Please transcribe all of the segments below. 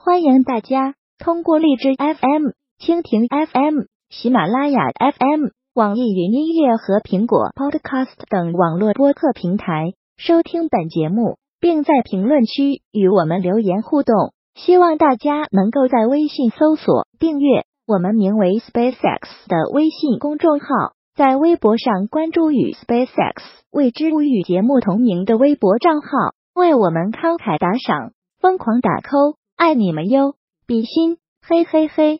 欢迎大家通过荔枝 FM、蜻蜓 FM、喜马拉雅 FM、网易云音乐和苹果 Podcast 等网络播客平台收听本节目，并在评论区与我们留言互动。希望大家能够在微信搜索订阅我们名为 SpaceX 的微信公众号，在微博上关注与 SpaceX 未知物语节目同名的微博账号，为我们慷慨打赏，疯狂打 call， 爱你们哟，比心，嘿嘿嘿。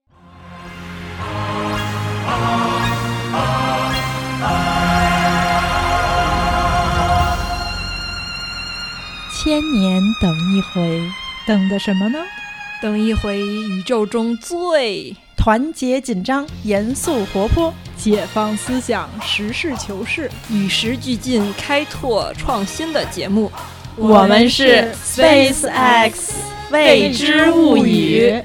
千年等一回，等的什么呢？ 等一回宇宙中最团结紧张、严肃活泼、解放思想、实事求是、 与时俱进、开拓创新的节目。 我们是 SpaceX 未知物语。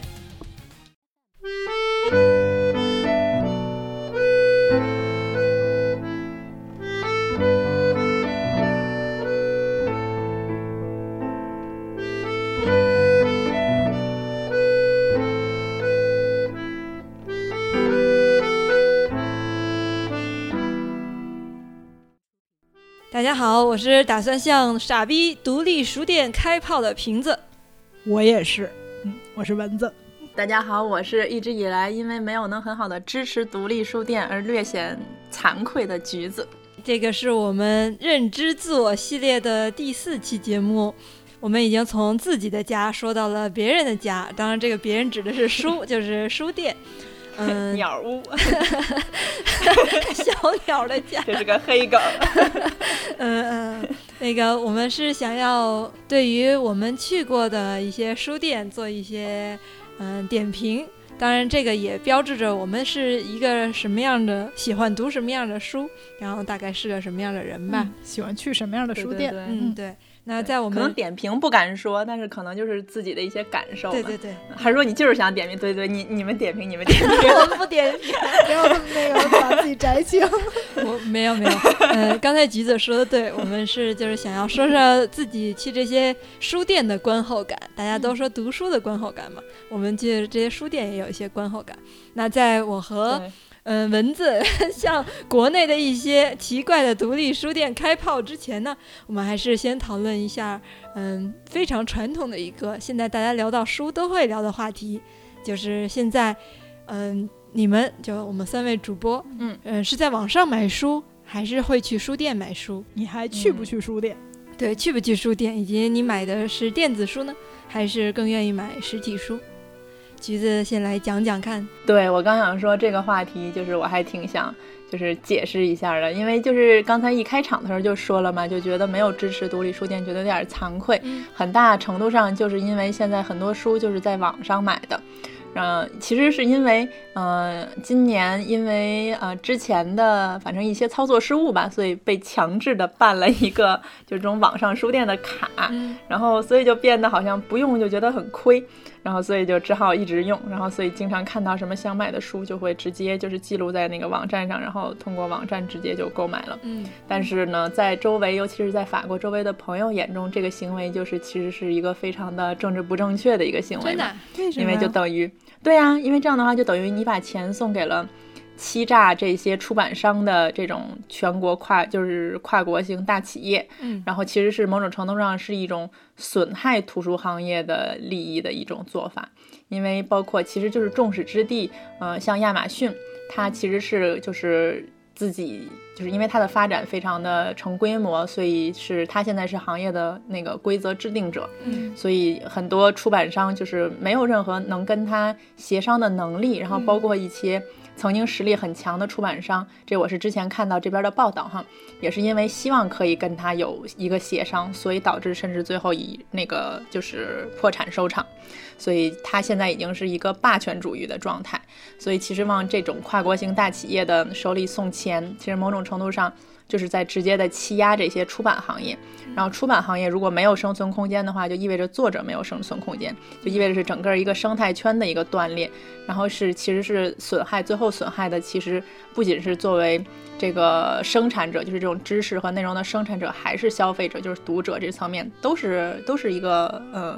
大家好，我是打算向傻逼独立书店开炮的瓶子。 我也是，我是蚊子。 大家好，我是一直以来因为没有能很好的支持独立书店而略显惭愧的橘子。 这个是我们认知自我系列的第4期节目，我们已经从自己的家说到了别人的家，当然这个别人指的是书，就是书店。 鸟屋小鸟的家， 这是个黑梗。 那个我们是想要对于我们去过的一些书店做一些点评，当然这个也标志着我们是一个什么样的，喜欢读什么样的书，然后大概是个什么样的人吧， 喜欢去什么样的书店。 对。那在我们可能点评不敢说，但是可能就是自己的一些感受。 对， 还说你就是想点评，对，你们点评，你们点评， 我们不点评， 不要那个把自己摘清。 我没有，刚才橘子说的对，我们就是想要说说自己去这些书店的观后感。大家都说读书的观后感嘛，我们去这些书店也有一些观后感。那在我和蚊子向国内的一些奇怪的独立书店开炮之前呢，我们还是先讨论一下非常传统的一个现在大家聊到书都会聊的话题，就是现在你们就我们3位主播是在网上买书还是会去书店买书？ 你还去不去书店？ 对，去不去书店，以及你买的是电子书呢，还是更愿意买实体书？橘子先来讲讲看。 对，我刚想说这个话题，就是我还挺想就是解释一下的，因为就是刚才一开场的时候就说了嘛，就觉得没有支持独立书店觉得有点惭愧，很大程度上就是因为现在很多书就是在网上买的。其实是因为今年因为之前的反正一些操作失误吧，所以被强制的办了一个就这种网上书店的卡，然后所以就变得好像不用就觉得很亏，然后所以就只好一直用，然后所以经常看到什么想买的书就会直接就是记录在那个网站上，然后通过网站直接就购买了。但是呢，在周围尤其是在法国周围的朋友眼中，这个行为就是其实是一个非常的政治不正确的一个行为嘛，因为就等于对啊，因为这样的话就等于你把钱送给了欺诈这些出版商的这种全国就是跨国性大企业，然后其实是某种程度上是一种损害图书行业的利益的一种做法，因为包括其实就是众矢之的，像亚马逊，它其实是就是自己就是因为它的发展非常的成规模，所以是它现在是行业的那个规则制定者，所以很多出版商就是没有任何能跟他协商的能力，然后包括一些曾经实力很强的出版商，这我是之前看到这边的报道哈，也是因为希望可以跟他有一个协商，所以导致甚至最后以那个就是破产收场，所以他现在已经是一个霸权主义的状态，所以其实往这种跨国型大企业的手里送钱，其实某种程度上就是在直接的欺压这些出版行业，然后出版行业如果没有生存空间的话，就意味着作者没有生存空间，就意味着是整个一个生态圈的一个断裂，然后其实是最后损害的其实不仅是作为这个生产者，就是这种知识和内容的生产者，还是消费者，就是读者这层面都是一个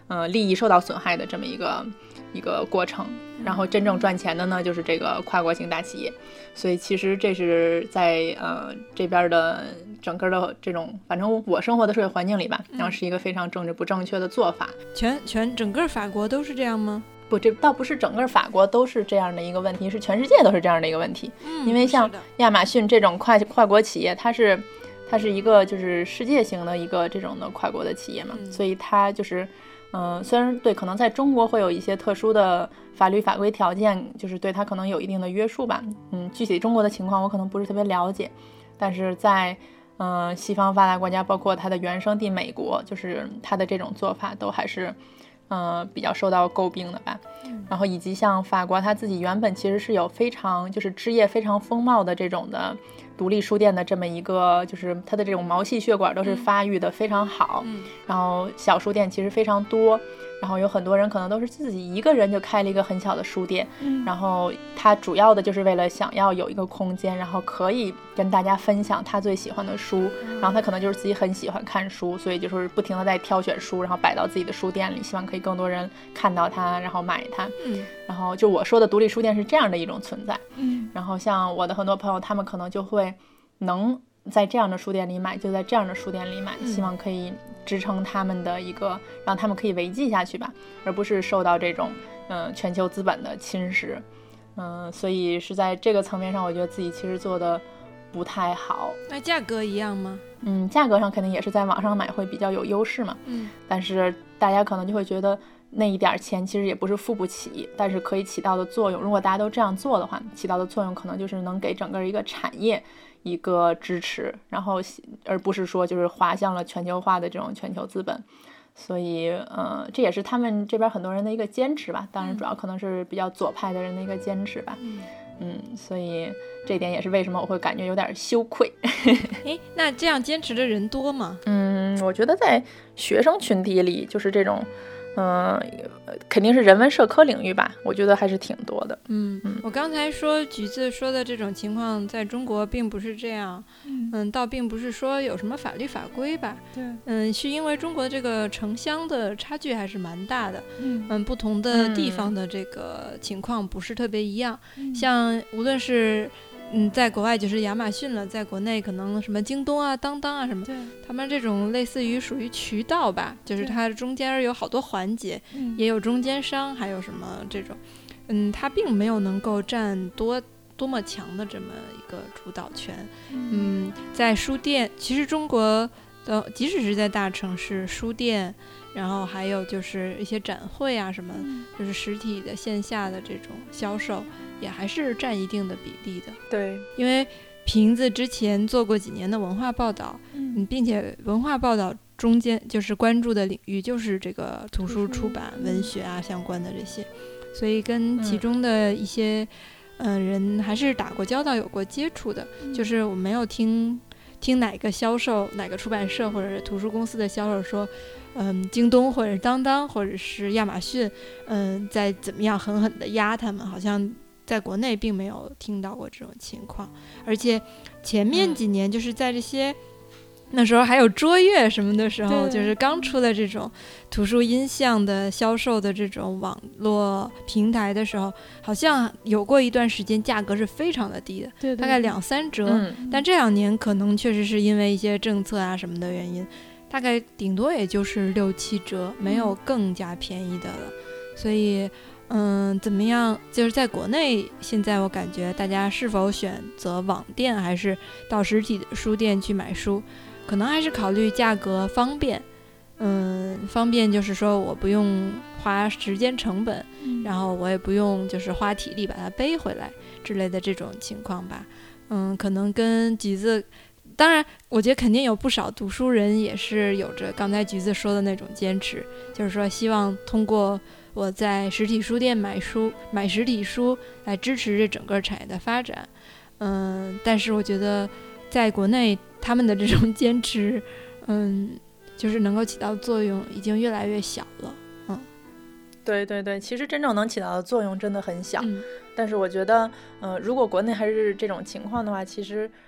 利益受到损害的这么一个过程。然后真正赚钱的呢，就是这个跨国型大企业。所以其实这是在这边的整个的这种，反正我生活的社会环境里吧，然后是一个非常政治不正确的做法。 整个法国都是这样吗？ 不，这倒不是整个法国都是这样的一个问题，是全世界都是这样的一个问题。因为像亚马逊这种跨国企业，它是一个就是世界型的一个这种的跨国的企业嘛，所以它就是虽然对可能在中国会有一些特殊的法律法规条件，就是对它可能有一定的约束吧。具体中国的情况我可能不是特别了解，但是在西方发达国家，包括它的原生地美国，就是它的这种做法都还是比较受到诟病的吧。然后以及像法国，它自己原本其实是有非常就是枝叶非常丰茂的这种的独立书店的这么一个，就是它的这种毛细血管都是发育的非常好，然后小书店其实非常多，然后有很多人可能都是自己一个人就开了一个很小的书店，然后他主要的就是为了想要有一个空间，然后可以跟大家分享他最喜欢的书，然后他可能就是自己很喜欢看书，所以就是不停的在挑选书，然后摆到自己的书店里，希望可以更多人看到它，然后买它。然后就我说的独立书店是这样的一种存在。然后像我的很多朋友，他们可能就会能在这样的书店里买，就在这样的书店里买，希望可以支撑他们的一个，让他们可以维系下去吧，而不是受到这种全球资本的侵蚀。所以是在这个层面上，我觉得自己其实做的不太好。 那价格一样吗？ 价格上肯定也是在网上买会比较有优势嘛。但是大家可能就会觉得那一点钱其实也不是付不起，但是可以起到的作用，如果大家都这样做的话，起到的作用可能就是能给整个一个产业一个支持，然后而不是说就是滑向了全球化的这种全球资本。所以这也是他们这边很多人的一个坚持吧，当然主要可能是比较左派的人的一个坚持吧。所以这点也是为什么我会感觉有点羞愧。 那这样坚持的人多吗？ 我觉得在学生群体里，就是这种肯定是人文社科领域吧，我觉得还是挺多的。 我刚才说橘子说的这种情况在中国并不是这样，倒并不是说有什么法律法规吧， 对， 是因为中国这个城乡的差距还是蛮大的，不同的地方的这个情况不是特别一样，像无论是在国外就是亚马逊了，在国内可能什么京东啊、当当啊什么，他们这种类似于属于渠道吧，就是它中间有好多环节，也有中间商，还有什么这种，它并没有能够占多么强的这么一个主导权。在书店，其实中国的即使是在大城市，书店，然后还有就是一些展会啊什么，就是实体的线下的这种销售，也还是占一定的比例的。 对， 因为瓶子之前做过几年的文化报道，并且文化报道中间就是关注的领域就是这个图书出版、文学啊相关的这些，所以跟其中的一些人还是打过交道、有过接触的。就是我没有听哪个销售、哪个出版社或者是图书公司的销售说，京东或者当当或者是亚马逊，在怎么样狠狠地压他们，好像在国内并没有听到过这种情况。而且前面几年就是在这些那时候还有卓越什么的时候，就是刚出的这种图书音像的销售的这种网络平台的时候，好像有过一段时间价格是非常的低的，大概2-3折，但这2年可能确实是因为一些政策啊什么的原因，大概顶多也就是6-7折，没有更加便宜的了。所以怎么样，就是在国内现在我感觉大家是否选择网店还是到实体的书店去买书，可能还是考虑价格方便。方便就是说我不用花时间成本，然后我也不用就是花体力把它背回来之类的这种情况吧。可能跟橘子，当然我觉得肯定有不少读书人也是有着刚才橘子说的那种坚持，就是说希望通过我在实体书店买实体书来支持这整个产业的发展。但是我觉得在国内他们的这种坚持，就是能够起到作用已经越来越小了。 对对对，其实真正能起到的作用真的很小。但是我觉得如果国内还是这种情况的话，其实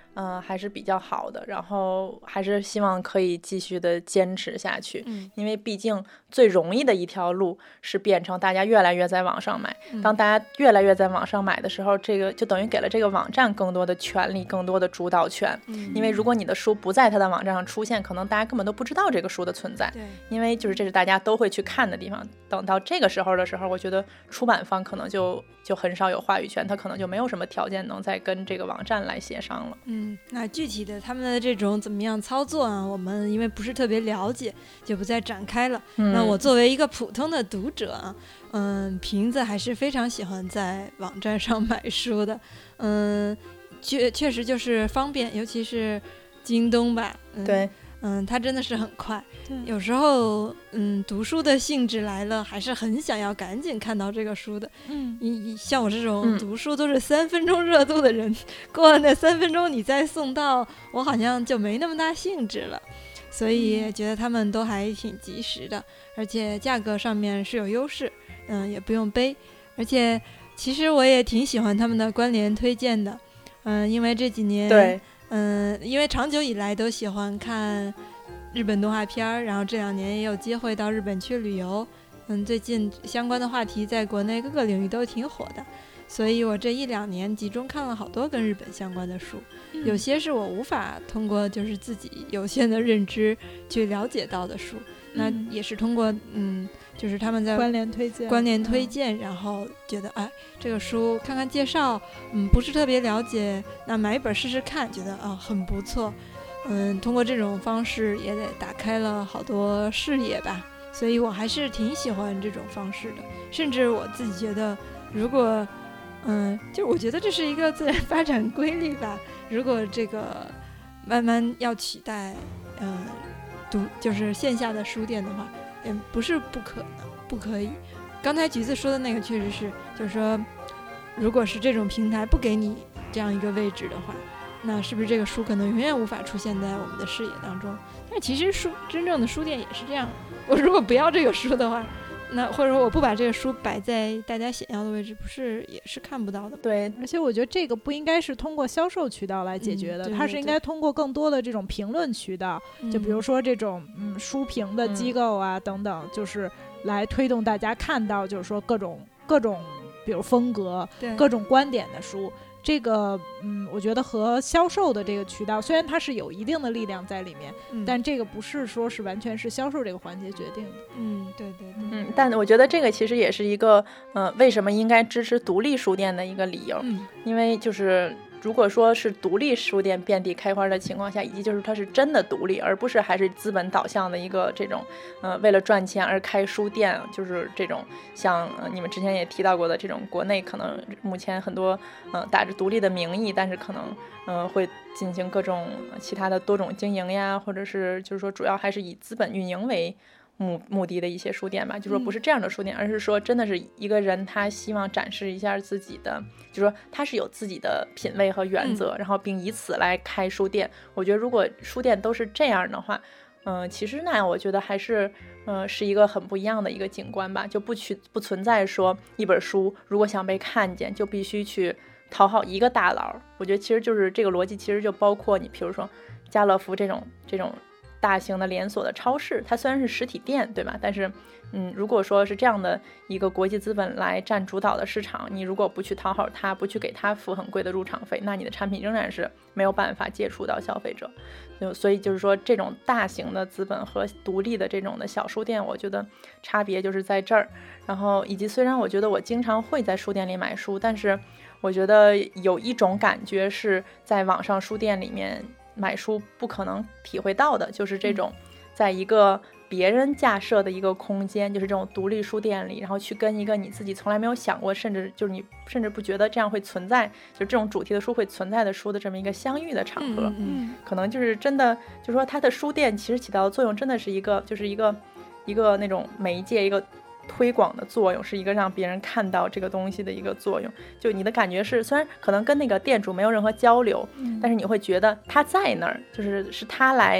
还是比较好的，然后还是希望可以继续的坚持下去，因为毕竟最容易的一条路是变成大家越来越在网上买，当大家越来越在网上买的时候，这个就等于给了这个网站更多的权利，更多的主导权，因为如果你的书不在它的网站上出现，可能大家根本都不知道这个书的存在，因为就是这是大家都会去看的地方，等到这个时候的时候，我觉得出版方可能就很少有话语权，他可能就没有什么条件能再跟这个网站来协商了。 那具体的他们的这种怎么样操作啊，我们因为不是特别了解，就不再展开了。那我作为一个普通的读者啊，瓶子还是非常喜欢在网站上买书的，确实就是方便，尤其是京东吧， 对。 它真的是很快，有时候读书的兴致来了，还是很想要赶紧看到这个书的。像我这种读书都是3分钟热度的人，过了那3分钟你再送到，我好像就没那么大兴致了。所以觉得他们都还挺及时的，而且价格上面是有优势，也不用背。而且其实我也挺喜欢他们的关联推荐的，因为这几年对。 因为长久以来都喜欢看日本动画片，然后这2年也有机会到日本去旅游，最近相关的话题在国内各个领域都挺火的，所以我这1-2年集中看了好多跟日本相关的书，有些是我无法通过就是自己有限的认知去了解到的书，那也是通过就是他们在关联推荐， 然后觉得这个书看看介绍，不是特别了解，那买一本试试看，觉得很不错，通过这种方式也得打开了好多视野吧，所以我还是挺喜欢这种方式的，甚至我自己觉得，如果就我觉得这是一个自然发展规律吧，如果这个慢慢要取代就是线下的书店的话，也不是不可以。刚才橘子说的那个确实是，就是说如果是这种平台不给你这样一个位置的话，那是不是这个书可能永远无法出现在我们的视野当中？但其实真正的书店也是这样，我如果不要这个书的话，那或者说我不把这个书摆在大家想要的位置，不是也是看不到的。 对， 而且我觉得这个不应该是通过销售渠道来解决的，它是应该通过更多的这种评论渠道，就比如说这种书评的机构啊等等，就是来推动大家看到，就是说各种比如风格、各种观点的书。这个我觉得和销售的这个渠道虽然它是有一定的力量在里面，但这个不是说是完全是销售这个环节决定的。 对。 但我觉得这个其实也是一个为什么应该支持独立书店的一个理由，因为就是如果说是独立书店遍地开花的情况下，以及就是它是真的独立，而不是还是资本导向的一个这种为了赚钱而开书店，就是这种像你们之前也提到过的这种国内可能目前很多打着独立的名义，但是可能会进行各种其他的多种经营呀，或者是就是说主要还是以资本运营为目的的一些书店吧，就说不是这样的书店，而是说真的是一个人他希望展示一下自己的，就说他是有自己的品味和原则，然后并以此来开书店。我觉得如果书店都是这样的话，其实那我觉得还是是一个很不一样的一个景观吧，就不存在说一本书如果想被看见就必须去讨好一个大佬。我觉得其实就是这个逻辑，其实就包括你比如说家乐福这种大型的连锁的超市，它虽然是实体店，对吧？但是，如果说是这样的一个国际资本来占主导的市场，你如果不去讨好它，不去给它付很贵的入场费，那你的产品仍然是没有办法接触到消费者。所以就是说，这种大型的资本和独立的这种的小书店，我觉得差别就是在这儿。然后以及虽然我觉得我经常会在书店里买书，但是我觉得有一种感觉是在网上书店里面买书不可能体会到的，就是这种在一个别人架设的一个空间，就是这种独立书店里，然后去跟一个你自己从来没有想过，甚至就是你甚至不觉得这样会存在，就这种主题的书会存在的书的这么一个相遇的场合，可能就是真的就是说它的书店其实起到的作用真的是一个就是一个那种媒介，一个推广的作用，是一个让别人看到这个东西的一个作用。就你的感觉是虽然可能跟那个店主没有任何交流，但是你会觉得他在那儿，就是他来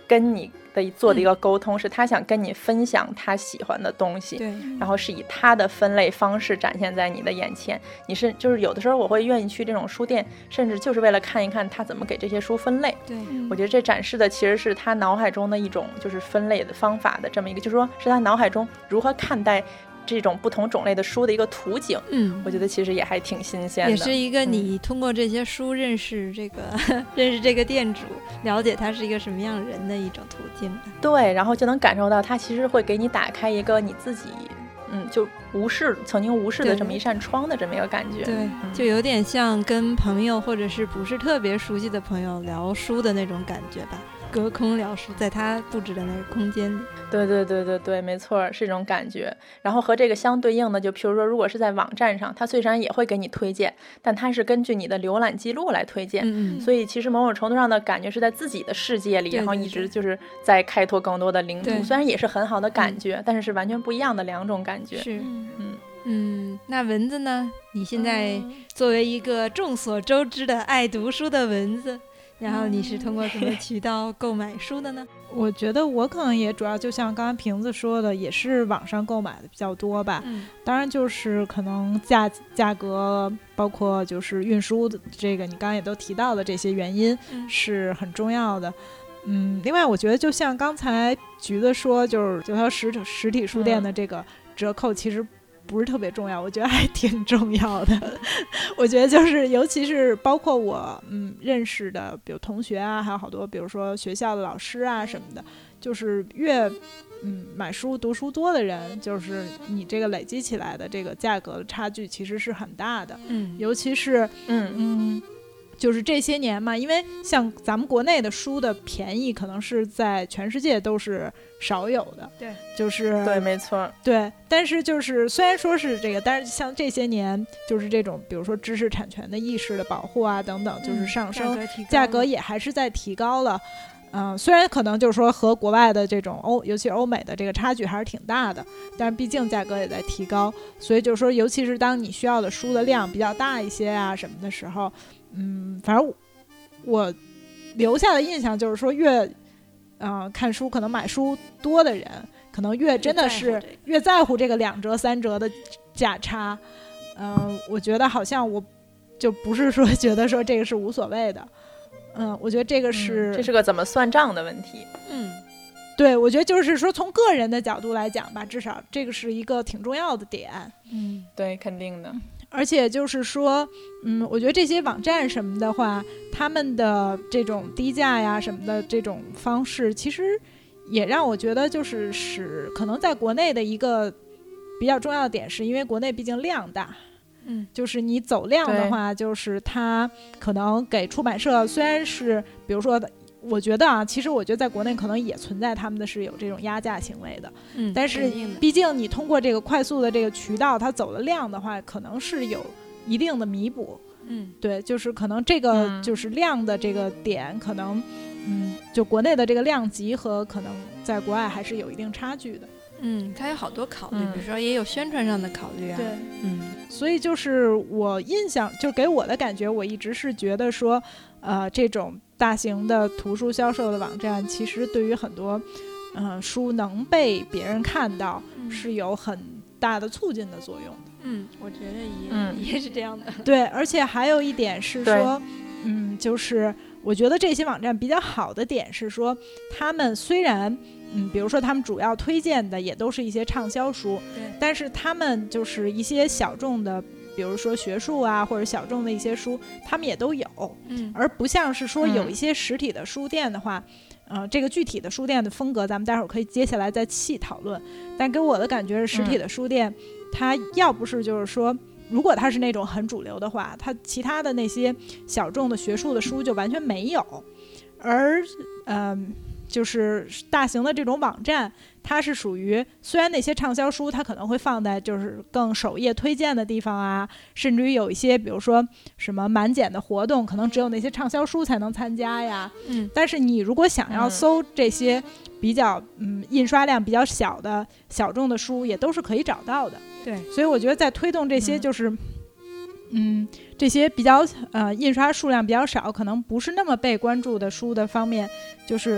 跟你的做的一个沟通，是他想跟你分享他喜欢的东西， 对， 然后是以他的分类方式展现在你的眼前。你是就是有的时候我会愿意去这种书店，甚至就是为了看一看他怎么给这些书分类。 对， 我觉得这展示的其实是他脑海中的一种就是分类的方法的这么一个，就是说是他脑海中如何看待这种不同种类的书的一个图景。我觉得其实也还挺新鲜的， 也是一个你通过这些书认识这个认识这个店主，了解他是一个什么样人的一种途径。 对，然后就能感受到他其实会给你打开一个你自己就曾经无视的这么一扇窗的这么一个感觉。 对，就有点像跟朋友或者是不是特别熟悉的朋友聊书的那种感觉吧，隔空聊书，在他布置的那个空间里。 对，没错，是这种感觉。然后和这个相对应的，就譬如说如果是在网站上，它虽然也会给你推荐，但它是根据你的浏览记录来推荐，所以其实某种程度上的感觉是在自己的世界里，然后一直就是在开拓更多的领土。虽然也是很好的感觉，但是完全不一样的两种感觉。 是，那蚊子呢？你现在作为一个众所周知的爱读书的蚊子，然后你是通过什么渠道购买书的呢？ 我觉得我可能也主要就像刚刚瓶子说的，也是网上购买的比较多吧。当然就是可能价格，包括就是运输的这个，你刚刚也都提到的这些原因是很重要的。另外我觉得就像刚才橘子说，就是就它实体书店的这个折扣其实不是特别重要，我觉得还挺重要的。我觉得就是尤其是包括我认识的比如同学啊，还有好多比如说学校的老师啊什么的，就是越买书读书多的人，就是你这个累积起来的这个价格的差距其实是很大的。尤其是就是这些年嘛，因为像咱们国内的书的便宜可能是在全世界都是少有的。 对， 就是对，没错。 对，但是就是虽然说是这个，但是像这些年就是这种比如说知识产权的意识的保护啊等等，就是上升，价格也还是在提高了。虽然可能就是说和国外的这种尤其是欧美的这个差距还是挺大的，但是毕竟价格也在提高，所以就是说尤其是当你需要的书的量比较大一些啊什么的时候，反正我留下的印象就是说越看书可能买书多的人可能越真的是越在乎这个2折3折的价差。我觉得好像我就不是说觉得说这个是无所谓的。我觉得这个是这是个怎么算账的问题。 对，我觉得就是说从个人的角度来讲吧，至少这个是一个挺重要的点。 对，肯定的。 而且就是说我觉得这些网站什么的话，他们的这种低价呀什么的这种方式，其实也让我觉得就是使可能在国内的一个比较重要的点，是因为国内毕竟量大。就是你走量的话，就是它可能给出版社，虽然是比如说我觉得其实我觉得在国内可能也存在他们的是有这种压价行为的。但是毕竟你通过这个快速的这个渠道，它走了量的话，可能是有一定的弥补。对，就是可能这个就是量的这个点，可能就国内的这个量级和可能在国外还是有一定差距的。 它有好多考虑，比如说也有宣传上的考虑啊。 对，所以就是我印象，就给我的感觉，我一直是觉得说，这种大型的图书销售的网站，其实对于很多，书能被别人看到，是有很大的促进的作用的。 我觉得也是这样的。 对，而且还有一点是说，就是我觉得这些网站比较好的点是说，他们虽然比如说他们主要推荐的也都是一些畅销书，但是他们就是一些小众的，比如说学术啊或者小众的一些书，他们也都有。而不像是说有一些实体的书店的话，这个具体的书店的风格咱们待会儿可以接下来再细讨论。但给我的感觉是实体的书店，它要不是就是说如果它是那种很主流的话，它其他的那些小众的学术的书就完全没有。而就是大型的这种网站，它是属于虽然那些畅销书它可能会放在就是更首页推荐的地方啊，甚至于有一些比如说什么满减的活动，可能只有那些畅销书才能参加呀。但是你如果想要搜这些比较印刷量比较小的小众的书，也都是可以找到的。 对， 所以我觉得在推动这些就是这些比较印刷数量比较少，可能不是那么被关注的书的方面，就是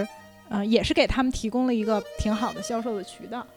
也是给他们提供了一个挺好的销售的渠道。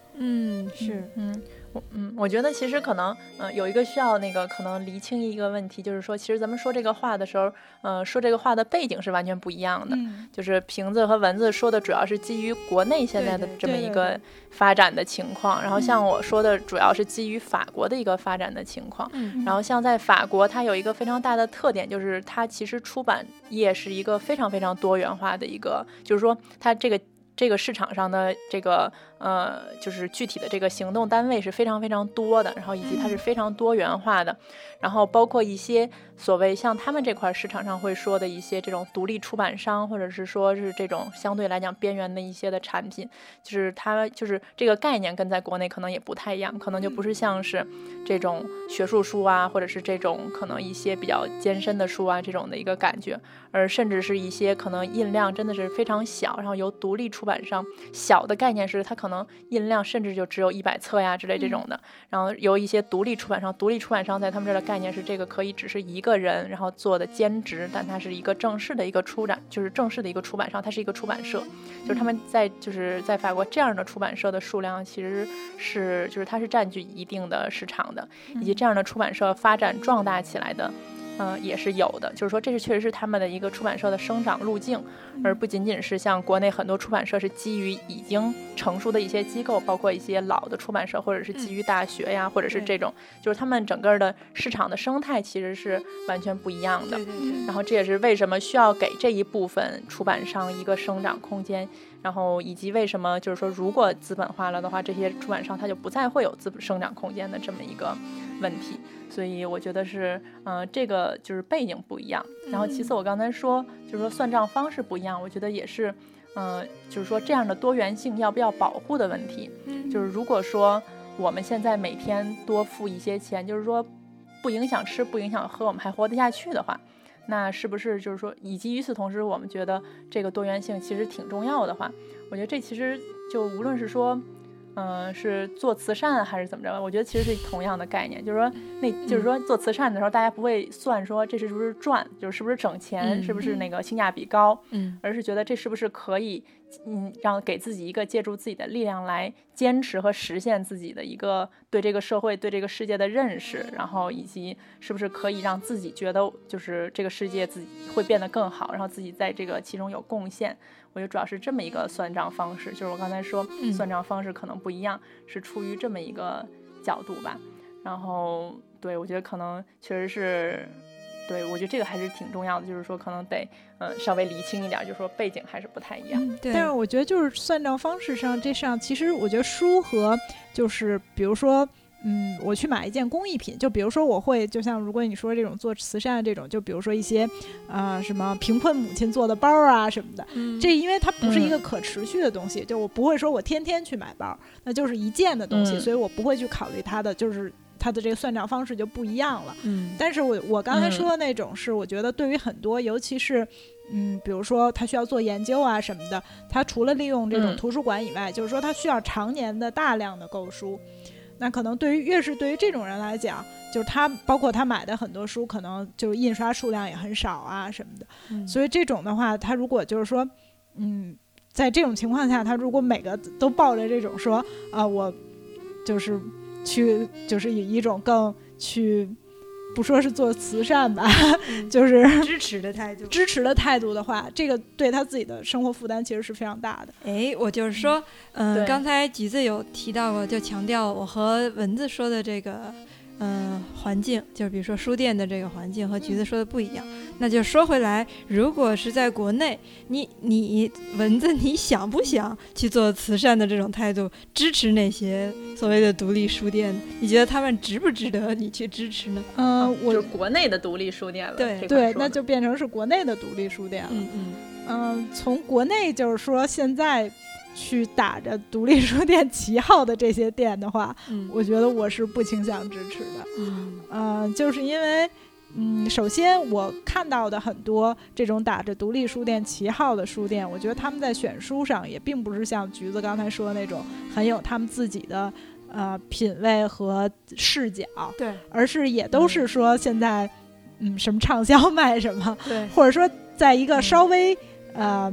我觉得其实可能有一个需要那个可能厘清一个问题，就是说其实咱们说这个话的时候说这个话的背景是完全不一样的。就是瓶子和蚊子说的主要是基于国内现在的这么一个发展的情况，然后像我说的主要是基于法国的一个发展的情况。然后像在法国它有一个非常大的特点，就是它其实出版业是一个非常非常多元化的一个，就是说它这个市场上的这个就是具体的这个行动单位是非常非常多的，然后以及它是非常多元化的，然后包括一些所谓像他们这块市场上会说的一些这种独立出版商，或者是说是这种相对来讲边缘的一些的产品，就是它就是这个概念跟在国内可能也不太一样，可能就不是像是这种学术书啊，或者是这种可能一些比较艰深的书啊这种的一个感觉，而甚至是一些可能印量真的是非常小，然后由独立出版商，小的概念是它可能印量甚至就只有100册呀之类这种的，然后由一些独立出版商在他们这儿的概念是这个可以只是一个人然后做的兼职，但它是一个正式的一个就是正式的一个出版商，它是一个出版社，就是他们就是在法国这样的出版社的数量其实是就是它是占据一定的市场的，以及这样的出版社发展壮大起来的也是有的，就是说这是确实是他们的一个出版社的生长路径，而不仅仅是像国内很多出版社是基于已经成熟的一些机构，包括一些老的出版社，或者是基于大学呀，或者是这种就是他们整个的市场的生态其实是完全不一样的。然后这也是为什么需要给这一部分出版商一个生长空间，然后以及为什么就是说如果资本化了的话，这些出版商它就不再会有生长空间的这么一个问题。所以我觉得是这个就是背景不一样，然后其次我刚才说就是说算账方式不一样，我觉得也是就是说这样的多元性要不要保护的问题。就是如果说我们现在每天多付一些钱，就是说不影响吃不影响喝，我们还活得下去的话，那是不是就是说以及与此同时我们觉得这个多元性其实挺重要的话，我觉得这其实就无论是说是做慈善还是怎么着，我觉得其实是同样的概念，就是说就是说做慈善的时候大家不会算说这是不是赚，就是是不是整钱，是不是那个性价比高，而是觉得这是不是可以让给自己一个借助自己的力量来坚持和实现自己的一个对这个社会对这个世界的认识，然后以及是不是可以让自己觉得就是这个世界自己会变得更好，然后自己在这个其中有贡献。我觉得主要是这么一个算账方式，就是我刚才说算账方式可能不一样，是出于这么一个角度吧。然后对我觉得可能确实是对，我觉得这个还是挺重要的，就是说可能得稍微厘清一点，就是说背景还是不太一样。 对，但是我觉得就是算账方式上这上，其实我觉得书和就是比如说我去买一件工艺品，就比如说我会就像如果你说这种做慈善这种，就比如说一些什么贫困母亲做的包啊什么的，这因为它不是一个可持续的东西，就我不会说我天天去买包，那就是一件的东西，所以我不会去考虑它的就是它的这个算账方式就不一样了。但是我刚才说的那种是我觉得对于很多尤其是比如说他需要做研究啊什么的，他除了利用这种图书馆以外，就是说他需要常年的大量的购书，那可能越是对于这种人来讲，就是他包括他买的很多书可能就是印刷数量也很少啊什么的，所以这种的话他如果就是说在这种情况下，他如果每个都抱着这种说我就是去就是以一种更去不说是做慈善吧，就是支持的态度的话，这个对他自己的生活负担其实是非常大的。 我就是说刚才橘子有提到过，就强调我和蚊子说的这个环境，就是比如说书店的这个环境和橘子说的不一样。那就说回来，如果是在国内，你蚊子你想不想去做慈善的这种态度，支持那些所谓的独立书店？你觉得他们值不值得你去支持呢？ 就是国内的独立书店了。 对，那就变成是国内的独立书店了。从国内就是说现在去打着独立书店旗号的这些店的话，我觉得我是不倾向支持的。就是因为首先我看到的很多这种打着独立书店旗号的书店，我觉得他们在选书上也并不是像橘子刚才说的那种很有他们自己的品味和视角， 对， 而是也都是说现在什么畅销卖什么， 对， 或者说在一个稍微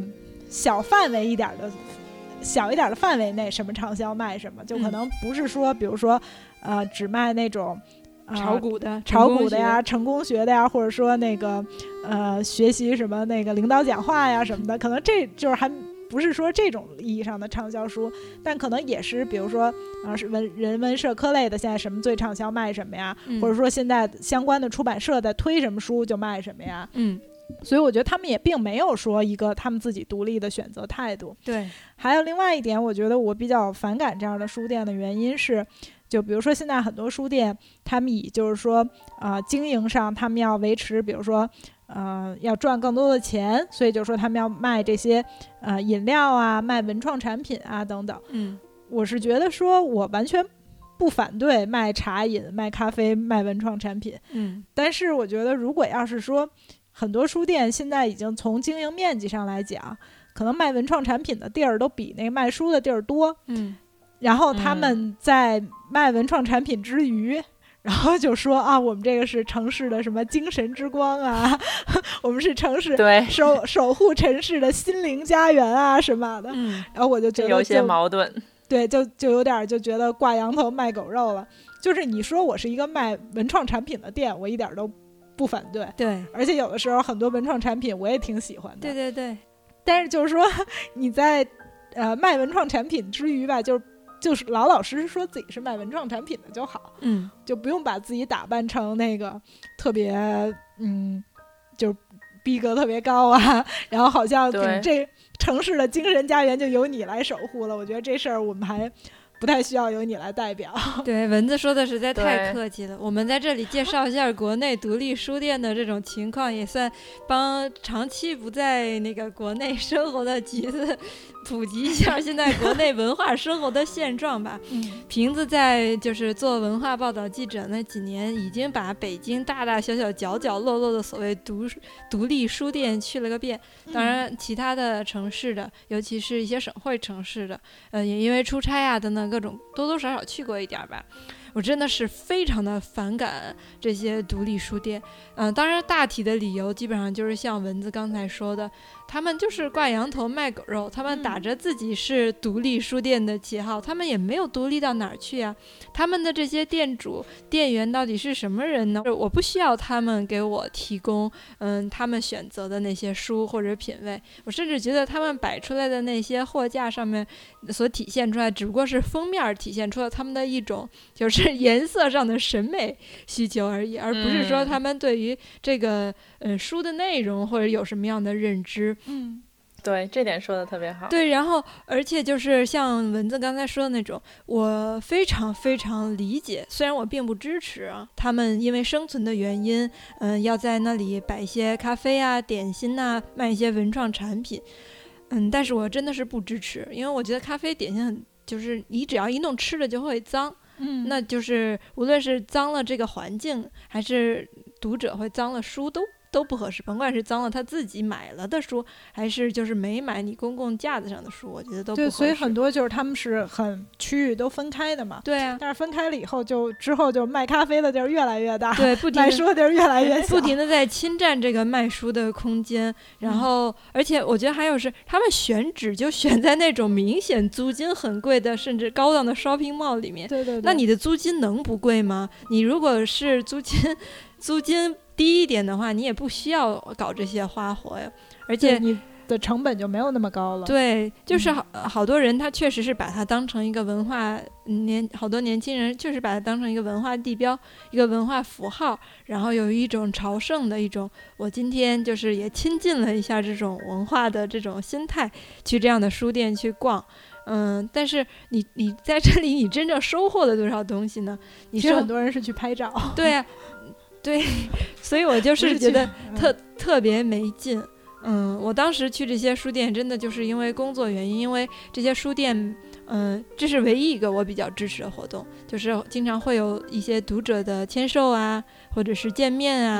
小一点的范围内什么畅销卖什么，就可能不是说比如说只卖那种炒股的呀，成功学的呀，或者说那个学习什么那个领导讲话呀什么的，可能这就是还不是说这种意义上的畅销书，但可能也是比如说是人文社科类的，现在什么最畅销卖什么呀，或者说现在相关的出版社在推什么书就卖什么呀。所以我觉得他们也并没有说一个他们自己独立的选择态度。 对， 还有另外一点，我觉得我比较反感这样的书店的原因是，就比如说现在很多书店，他们以就是说经营上他们要维持，比如说要赚更多的钱，所以就是说他们要卖这些饮料啊，卖文创产品啊等等。我是觉得说我完全不反对卖茶饮、卖咖啡、卖文创产品。但是我觉得如果要是说很多书店现在已经从经营面积上来讲，可能卖文创产品的地儿都比那个卖书的地儿多。然后他们在卖文创产品之余，然后就说我们这个是城市的什么精神之光啊，我们是城市守护城市的心灵家园啊什么的。然后我就觉得有些矛盾。 对，就有点就觉得挂羊头卖狗肉了。就是你说我是一个卖文创产品的店，我一点都不反对。 对， 而且有的时候很多文创产品我也挺喜欢的。 对对对。 但是就是说你在卖文创产品之余吧，就是老老实实说自己是卖文创产品的就好。就不用把自己打扮成那个特别就是逼格特别高啊，然后好像这城市的精神家园就由你来守护了。我觉得这事儿我们还不太需要由你来代表。 对，蚊子说的实在太客气了。我们在这里介绍一下国内独立书店的这种情况，也算帮长期不在那个国内生活的橘子普及一下现在国内文化生活的现状吧。瓶子在就是做文化报道记者那几年，已经把北京大大小小角角落落的所谓独立书店去了个遍。当然其他的城市的，尤其是一些省会城市的也因为出差啊等等各种多多少少去过一点吧。我真的是非常的反感这些独立书店。当然大体的理由基本上就是像蚊子刚才说的，他们就是挂羊头卖狗肉，他们打着自己是独立书店的旗号，他们也没有独立到哪儿去啊。他们的这些店主店员到底是什么人呢？我不需要他们给我提供他们选择的那些书或者品味，我甚至觉得他们摆出来的那些货架上面所体现出来只不过是封面体现出了他们的一种就是颜色上的审美需求而已，而不是说他们对于这个书的内容或者有什么样的认知。 对，这点说的特别好。 对，然后而且就是像蚊子刚才说的那种，我非常非常理解，虽然我并不支持啊，他们因为生存的原因要在那里摆一些咖啡啊点心啊，卖一些文创产品。但是我真的是不支持，因为我觉得咖啡点心就是你只要一弄吃的就会脏。那就是无论是脏了这个环境，还是读者会脏了书，都不合适。甭管是脏了他自己买了的书，还是就是没买你公共架子上的书，我觉得都不合适。 对，所以很多就是他们是很区域都分开的嘛。 对啊， 但是分开了以后之后就卖咖啡的地儿越来越大， 对，不停卖书的地儿越来越小， 不停的在侵占这个卖书的空间。然后而且我觉得还有是他们选址就选在那种明显租金很贵的甚至高档的 shopping mall 里面。 对对对， 那你的租金能不贵吗？你如果是租金低一点的话，你也不需要搞这些花活呀，而且你的成本就没有那么高了。 对，就是好多人他确实是把它当成一个文化好多年轻人确实把它当成一个文化地标，一个文化符号，然后有一种朝圣的一种，我今天就是也亲近了一下这种文化的这种心态，去这样的书店去逛。但是你在这里你真正收获了多少东西呢？ 其实很多人是去拍照。 对啊，对，所以我就是觉得特别没劲。我当时去这些书店真的就是因为工作原因，因为这些书店这是唯一一个我比较支持的活动，就是经常会有一些读者的签售啊，或者是见面啊，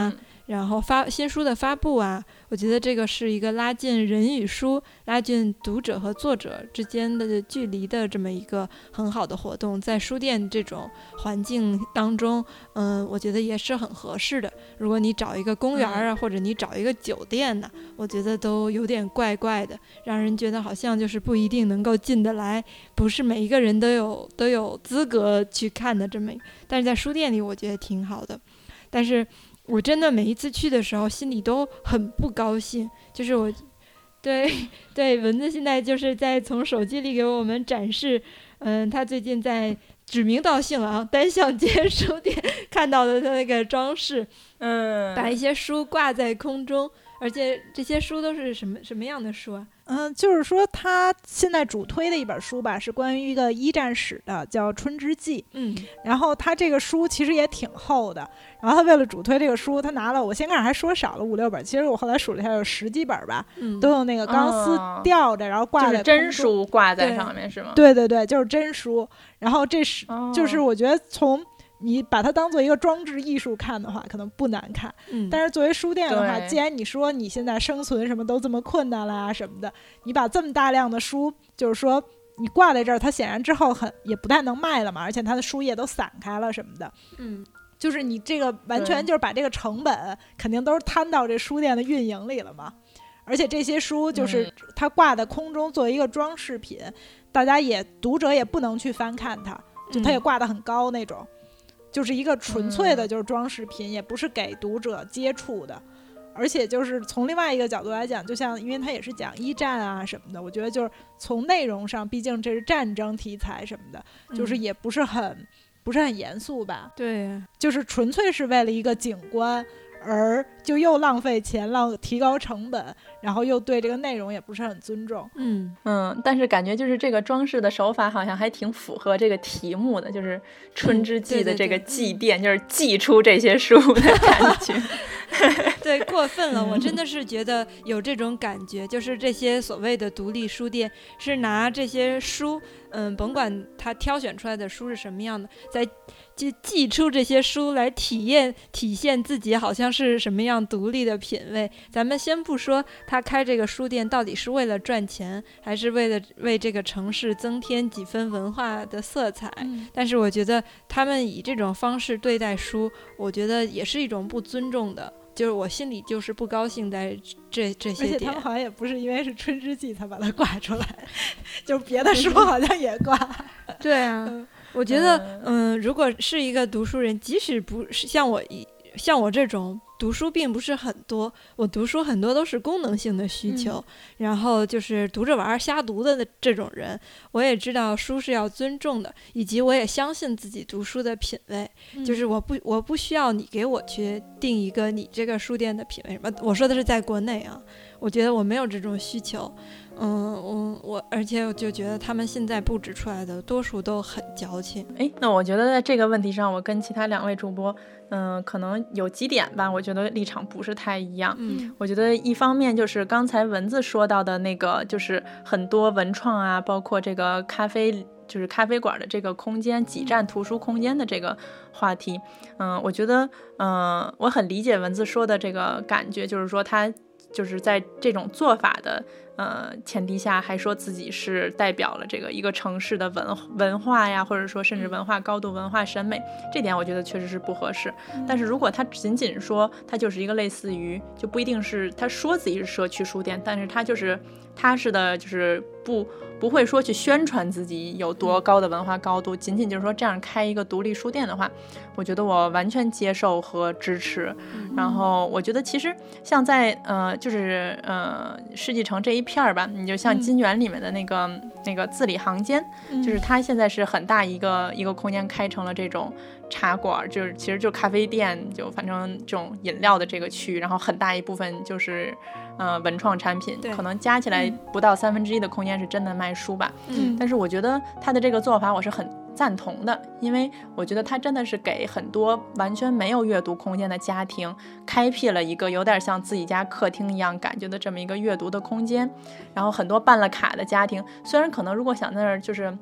然后新书的发布啊，我觉得这个是一个拉近人与书、拉近读者和作者之间的距离的这么一个很好的活动。在书店这种环境当中，我觉得也是很合适的。如果你找一个公园啊，或者你找一个酒店呢，我觉得都有点怪怪的，让人觉得好像就是不一定能够进得来，不是每一个人都有资格去看的这么。但是在书店里，我觉得挺好的。但是我真的每一次去的时候心里都很不高兴，就是我对蚊子现在就是在从手机里给我们展示他最近在指名道姓了啊，单向街书店看到的那个装饰，把一些书挂在空中，而且这些书都是什么样的书啊？ 就是说他现在主推的一本书吧，是关于一个一战史的，叫《春之祭》。然后他这个书其实也挺厚的，然后他为了主推这个书，他拿了，我先开始还说少了5-6本，其实我后来数了一下有10几本吧，都用那个钢丝吊着，然后挂在空中， 就是真书挂在上面是吗？ 对，就是真书。然后这是就是我觉得从你把它当做一个装置艺术看的话可能不难看，但是作为书店的话，既然你说你现在生存什么都这么困难啦什么的，你把这么大量的书就是说你挂在这儿，它显然之后也不太能卖了嘛，而且它的书页都散开了什么的，就是你这个完全就是把这个成本肯定都是摊到这书店的运营里了嘛。而且这些书就是它挂在空中作为一个装饰品，大家读者也不能去翻看它，就它也挂得很高那种，就是一个纯粹的就是装饰品，也不是给读者接触的。而且就是从另外一个角度来讲，就像因为它也是讲一战啊什么的，我觉得就是从内容上，毕竟这是战争题材什么的，就是也不是很严肃吧。 对， 就是纯粹是为了一个景观而就又浪费钱提高成本，然后又对这个内容也不是很尊重。 但是感觉就是这个装饰的手法好像还挺符合这个题目的，就是春之祭的这个祭奠，就是祭出这些书的感觉。 对，过分了，我真的是觉得有这种感觉，就是这些所谓的独立书店是拿这些书，甭管他挑选出来的书是什么样的，在寄出这些书来体现自己好像是什么样独立的品味。咱们先不说他开这个书店到底是为了赚钱，还是为这个城市增添几分文化的色彩，但是我觉得他们以这种方式对待书，我觉得也是一种不尊重的，就是我心里就是不高兴在这些点。 而且他们好像也不是因为是春之祭才把它挂出来，就别的书好像也挂。 对啊，我觉得如果是一个读书人，即使不是像我这种读书并不是很多，我读书很多都是功能性的需求，然后就是读着玩瞎读的这种人，我也知道书是要尊重的，以及我也相信自己读书的品味，就是我不需要你给我去定一个你这个书店的品味什么，我说的是在国内啊，我觉得我没有这种需求。而且我就觉得他们现在布置出来的多数都很矫情。 那我觉得在这个问题上，我跟其他2位主播，可能有几点吧，我觉得立场不是太一样。我觉得一方面就是刚才蚊子说到的那个，就是很多文创啊，包括这个咖啡馆的这个空间，几站图书空间的这个话题，我觉得，我很理解蚊子说的这个感觉，就是说他就是在这种做法的前提下，还说自己是代表了这个一个城市的文化呀，或者说甚至文化高度、文化审美，这点我觉得确实是不合适。但是如果他仅仅说他就是一个类似于，就不一定是他说自己是社区书店，但是他就是不会说去宣传自己有多高的文化高度，仅仅就是说这样开一个独立书店的话，我觉得我完全接受和支持。然后我觉得其实像在就是世纪城这一片吧，你就像金源里面的那个字里行间，就是它现在是很大一个空间开成了这种茶馆，就是其实就咖啡店，就反正这种饮料的这个区，然后很大一部分就是文创产品，可能加起来不到1/3的空间是真的卖书吧。但是我觉得他的这个做法我是很赞同的，因为我觉得他真的是给很多完全没有阅读空间的家庭开辟了一个有点像自己家客厅一样感觉的这么一个阅读的空间。然后很多办了卡的家庭，虽然可能如果想在那儿就是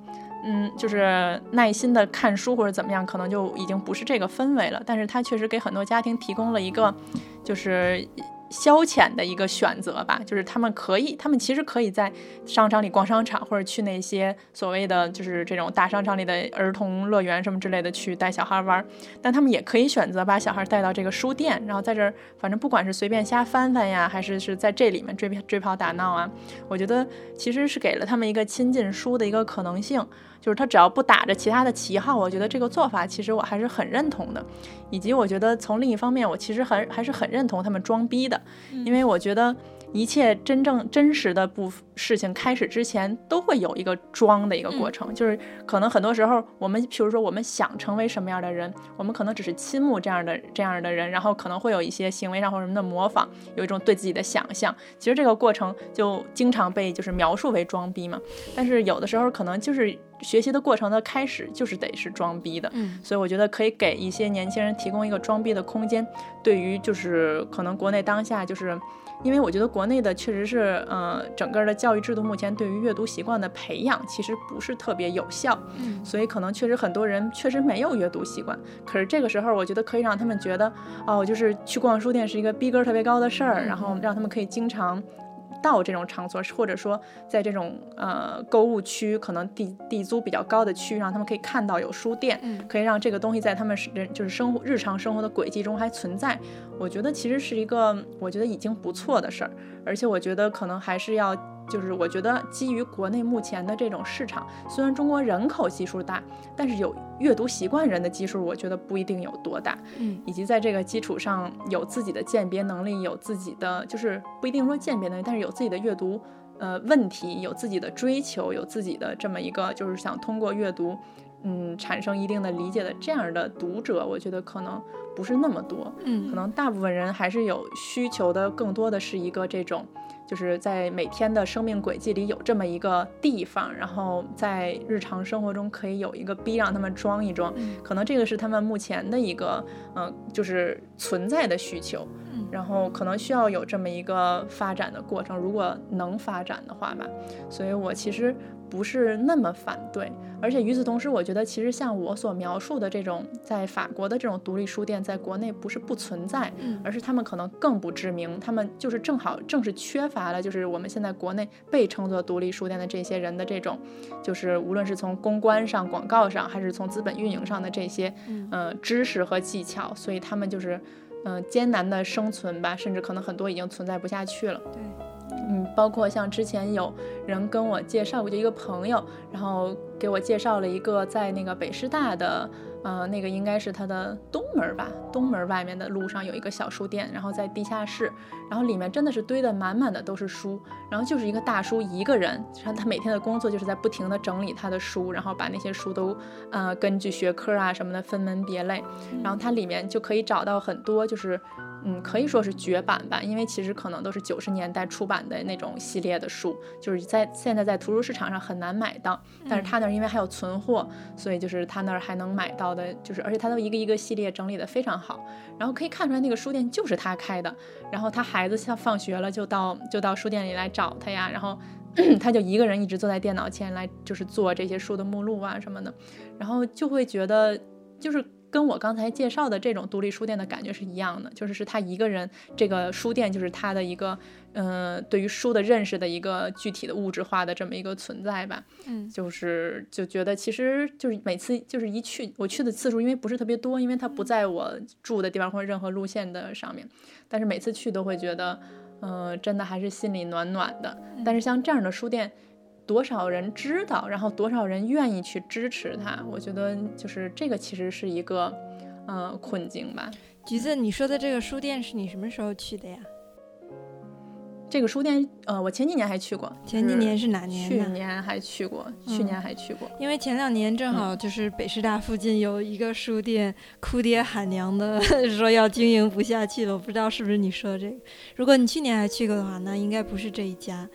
就是耐心的看书或者怎么样，可能就已经不是这个氛围了。但是它确实给很多家庭提供了一个就是消遣的一个选择吧，就是他们其实可以在商场里逛商场，或者去那些所谓的就是这种大商场里的儿童乐园什么之类的去带小孩玩，但他们也可以选择把小孩带到这个书店，然后在这儿反正不管是随便瞎翻翻呀，还是在这里面追跑打闹啊，我觉得其实是给了他们一个亲近书的一个可能性。就是他只要不打着其他的旗号，我觉得这个做法其实我还是很认同的。以及我觉得从另一方面，我其实还是很认同他们装逼的，因为我觉得一切真实的事情开始之前都会有一个装的一个过程，就是可能很多时候我们譬如说我们想成为什么样的人，我们可能只是倾慕这样的人，然后可能会有一些行为上或者什么的模仿，有一种对自己的想象，其实这个过程就经常被就是描述为装逼嘛。但是有的时候可能就是学习的过程的开始就是得是装逼的，所以我觉得可以给一些年轻人提供一个装逼的空间。对于就是可能国内当下就是因为我觉得国内的确实是整个的教育制度目前对于阅读习惯的培养其实不是特别有效，所以可能确实很多人确实没有阅读习惯。可是这个时候我觉得可以让他们觉得就是去逛书店是一个逼格特别高的事儿，然后让他们可以经常到这种场所，或者说在这种购物区可能地租比较高的区，让他们可以看到有书店，可以让这个东西在他们就是日常生活的轨迹中还存在。我觉得其实是一个我觉得已经不错的事儿，而且我觉得可能还是要就是我觉得基于国内目前的这种市场，虽然中国人口基数大，但是有阅读习惯人的基数我觉得不一定有多大，以及在这个基础上有自己的鉴别能力，有自己的就是不一定说鉴别能力，但是有自己的阅读问题，有自己的追求，有自己的这么一个就是想通过阅读产生一定的理解的这样的读者，我觉得可能不是那么多，可能大部分人还是有需求的，更多的是一个这种就是在每天的生命轨迹里有这么一个地方，然后在日常生活中可以有一个逼让他们装一装，可能这个是他们目前的一个就是存在的需求，然后可能需要有这么一个发展的过程，如果能发展的话吧。所以我其实不是那么反对，而且与此同时我觉得其实像我所描述的这种在法国的这种独立书店在国内不是不存在，而是他们可能更不知名，他们就是正是缺乏了就是我们现在国内被称作独立书店的这些人的这种就是无论是从公关上广告上还是从资本运营上的这些知识和技巧，所以他们就是艰难的生存吧，甚至可能很多已经存在不下去了。 对， 包括像之前有人跟我介绍过，就一个朋友，然后给我介绍了一个在那个北师大的那个应该是它的东门吧，东门外面的路上有一个小书店，然后在地下室，然后里面真的是堆得满满的都是书，然后就是一个大叔一个人，他每天的工作就是在不停的整理他的书，然后把那些书都根据学科啊什么的分门别类，然后它里面就可以找到很多就是可以说是绝版吧，因为其实可能都是90年代出版的那种系列的书，就是现在在图书市场上很难买到，但是他那儿因为还有存货，所以就是他那儿还能买到的，就是而且他都一个一个系列整理的非常好，然后可以看出来那个书店就是他开的，然后他孩子像放学了就到书店里来找他呀，然后他就一个人一直坐在电脑前来就是做这些书的目录啊什么的，然后就会觉得就是跟我刚才介绍的这种独立书店的感觉是一样的，就是他一个人，这个书店就是他的一个对于书的认识的一个具体的物质化的这么一个存在吧。就觉得其实就是每次就是我去的次数因为不是特别多，因为它不在我住的地方或者任何路线的上面，但是每次去都会觉得真的还是心里暖暖的。但是像这样的书店多少人知道，然后多少人愿意去支持它，我觉得就是这个其实是一个困境吧。 橘子，你说的这个书店是你什么时候去的呀？ 这个书店我前几年还去过。 前几年是哪年呢？ 去年还去过。 因为前2年正好就是北师大附近有一个书店哭爹喊娘的说要经营不下去了，我不知道是不是你说的这个。如果你去年还去过的话，那应该不是这一家。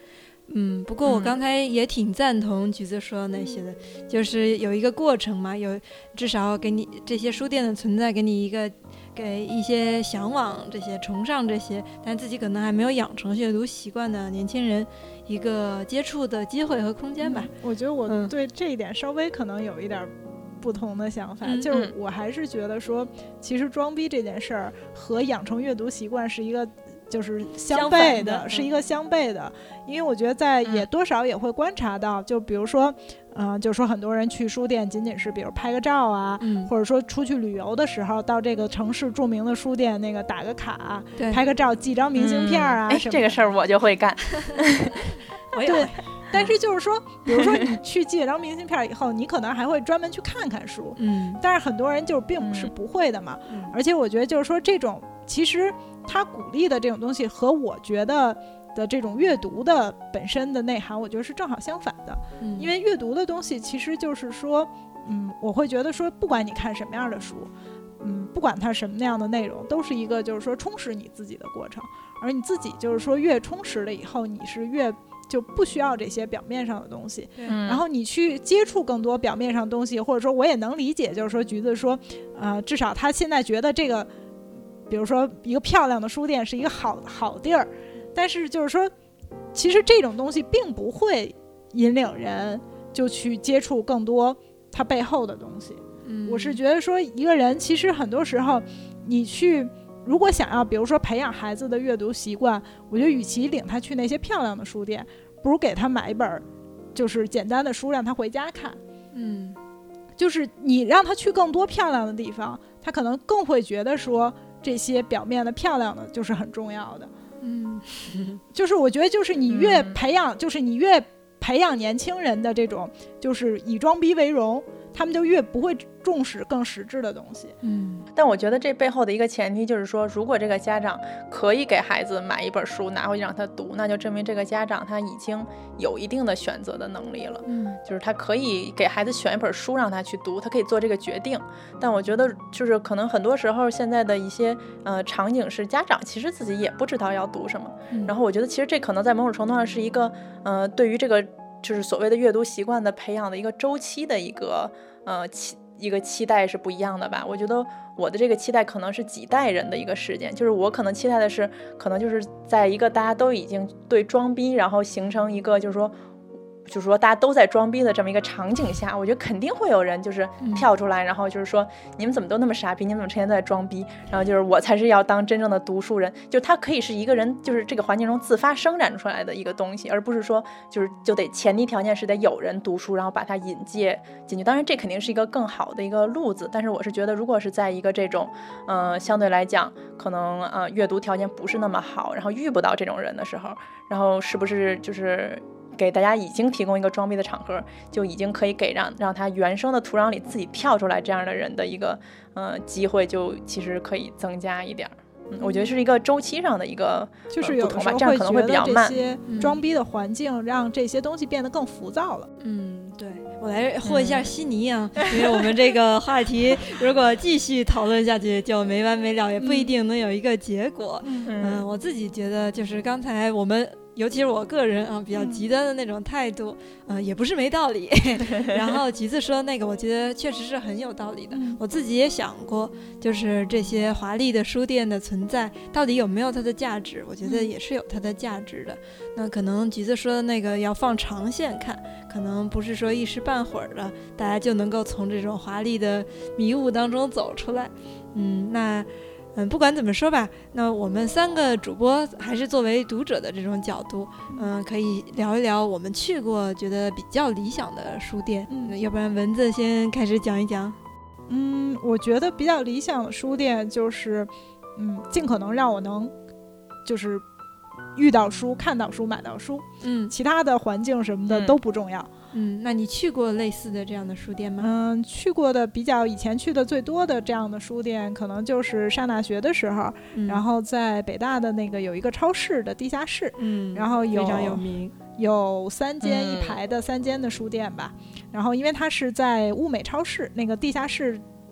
不过我刚才也挺赞同橘子说的那些的，就是有一个过程嘛，至少给你这些书店的存在，给一些向往这些崇尚这些，但自己可能还没有养成阅读习惯的年轻人一个接触的机会和空间吧。 我觉得我对这一点稍微可能有一点不同的想法，就是我还是觉得说，其实装逼这件事儿和养成阅读习惯是一个就是相悖的，是一个相悖的。因为我觉得也多少也会观察到，就比如说就是说很多人去书店仅仅是比如拍个照啊，或者说出去旅游的时候到这个城市著名的书店那个打个卡，拍个照，寄张明信片啊什么的。 这个事儿我就会干。 我也会。 但是就是说，比如说你去寄了张明信片以后，你可能还会专门去看看书，但是很多人就并不是不会的嘛。而且我觉得就是说，这种其实他鼓励的这种东西和我觉得的这种阅读的本身的内涵，我觉得是正好相反的。因为阅读的东西其实就是说，我会觉得说，不管你看什么样的书，不管它什么样的内容，都是一个就是说充实你自己的过程。而你自己就是说越充实了以后，你是越就不需要这些表面上的东西，然后你去接触更多表面上的东西，或者说我也能理解，就是说橘子说，至少他现在觉得这个，比如说一个漂亮的书店是一个好地儿，但是就是说，其实这种东西并不会引领人就去接触更多它背后的东西。我是觉得说，一个人其实很多时候，你去。如果想要比如说培养孩子的阅读习惯，我觉得与其领他去那些漂亮的书店，不如给他买一本就是简单的书让他回家看。就是你让他去更多漂亮的地方，他可能更会觉得说这些表面的漂亮的就是很重要的。就是我觉得就是你越培养，就是你越培养年轻人的这种就是以装逼为荣，他们就越不会重视更实质的东西。 但我觉得这背后的一个前提就是说，如果这个家长可以给孩子买一本书拿回去让他读，那就证明这个家长他已经有一定的选择的能力了。就是他可以给孩子选一本书让他去读，他可以做这个决定。但我觉得就是可能很多时候现在的一些场景是家长其实自己也不知道要读什么，然后我觉得其实这可能在某种程度上是一个对于这个就是所谓的阅读习惯的培养的一个周期的一个期待是不一样的吧。我觉得我的这个期待可能是几代人的一个时间，就是我可能期待的是可能就是在一个大家都已经对装逼然后形成一个就是说大家都在装逼的这么一个场景下，我觉得肯定会有人就是跳出来，然后就是说你们怎么都那么傻逼，你们怎么成天都在装逼，然后就是我才是要当真正的读书人。就他可以是一个人就是这个环境中自发生长出来的一个东西，而不是说就得前提条件是得有人读书然后把它引介进去。当然这肯定是一个更好的一个路子，但是我是觉得如果是在一个这种相对来讲可能阅读条件不是那么好，然后遇不到这种人的时候，然后是不是就是给大家已经提供一个装逼的场合，就已经可以给让他原生的土壤里自己跳出来这样的人的一个机会，就其实可以增加一点。我觉得是一个周期上的一个就是有的时候这样可能会比较慢。 这些装逼的环境让这些东西变得更浮躁了。 对，我来和一下悉尼啊，因为我们这个话题如果继续讨论下去就没完没了，也不一定能有一个结果。我自己觉得就是刚才我们尤其是我个人啊，比较极端的那种态度，也不是没道理。然后橘子说那个，我觉得确实是很有道理的。我自己也想过，就是这些华丽的书店的存在，到底有没有它的价值？我觉得也是有它的价值的。那可能橘子说的那个要放长线看，可能不是说一时半会儿的，大家就能够从这种华丽的迷雾当中走出来。不管怎么说吧，那我们三个主播还是作为读者的这种角度，可以聊一聊我们去过觉得比较理想的书店。要不然蚊子先开始讲一讲。 我觉得比较理想的书店就是，尽可能让我能就是遇到书、看到书、买到书。其他的环境什么的都不重要。 那你去过类似的这样的书店吗？ 去过的以前去的最多的这样的书店，可能就是上大学的时候，然后在北大的那个有一个超市的地下室，然后非常有名， 有3间一排的3间的书店吧。然后因为它是在物美超市那个地下室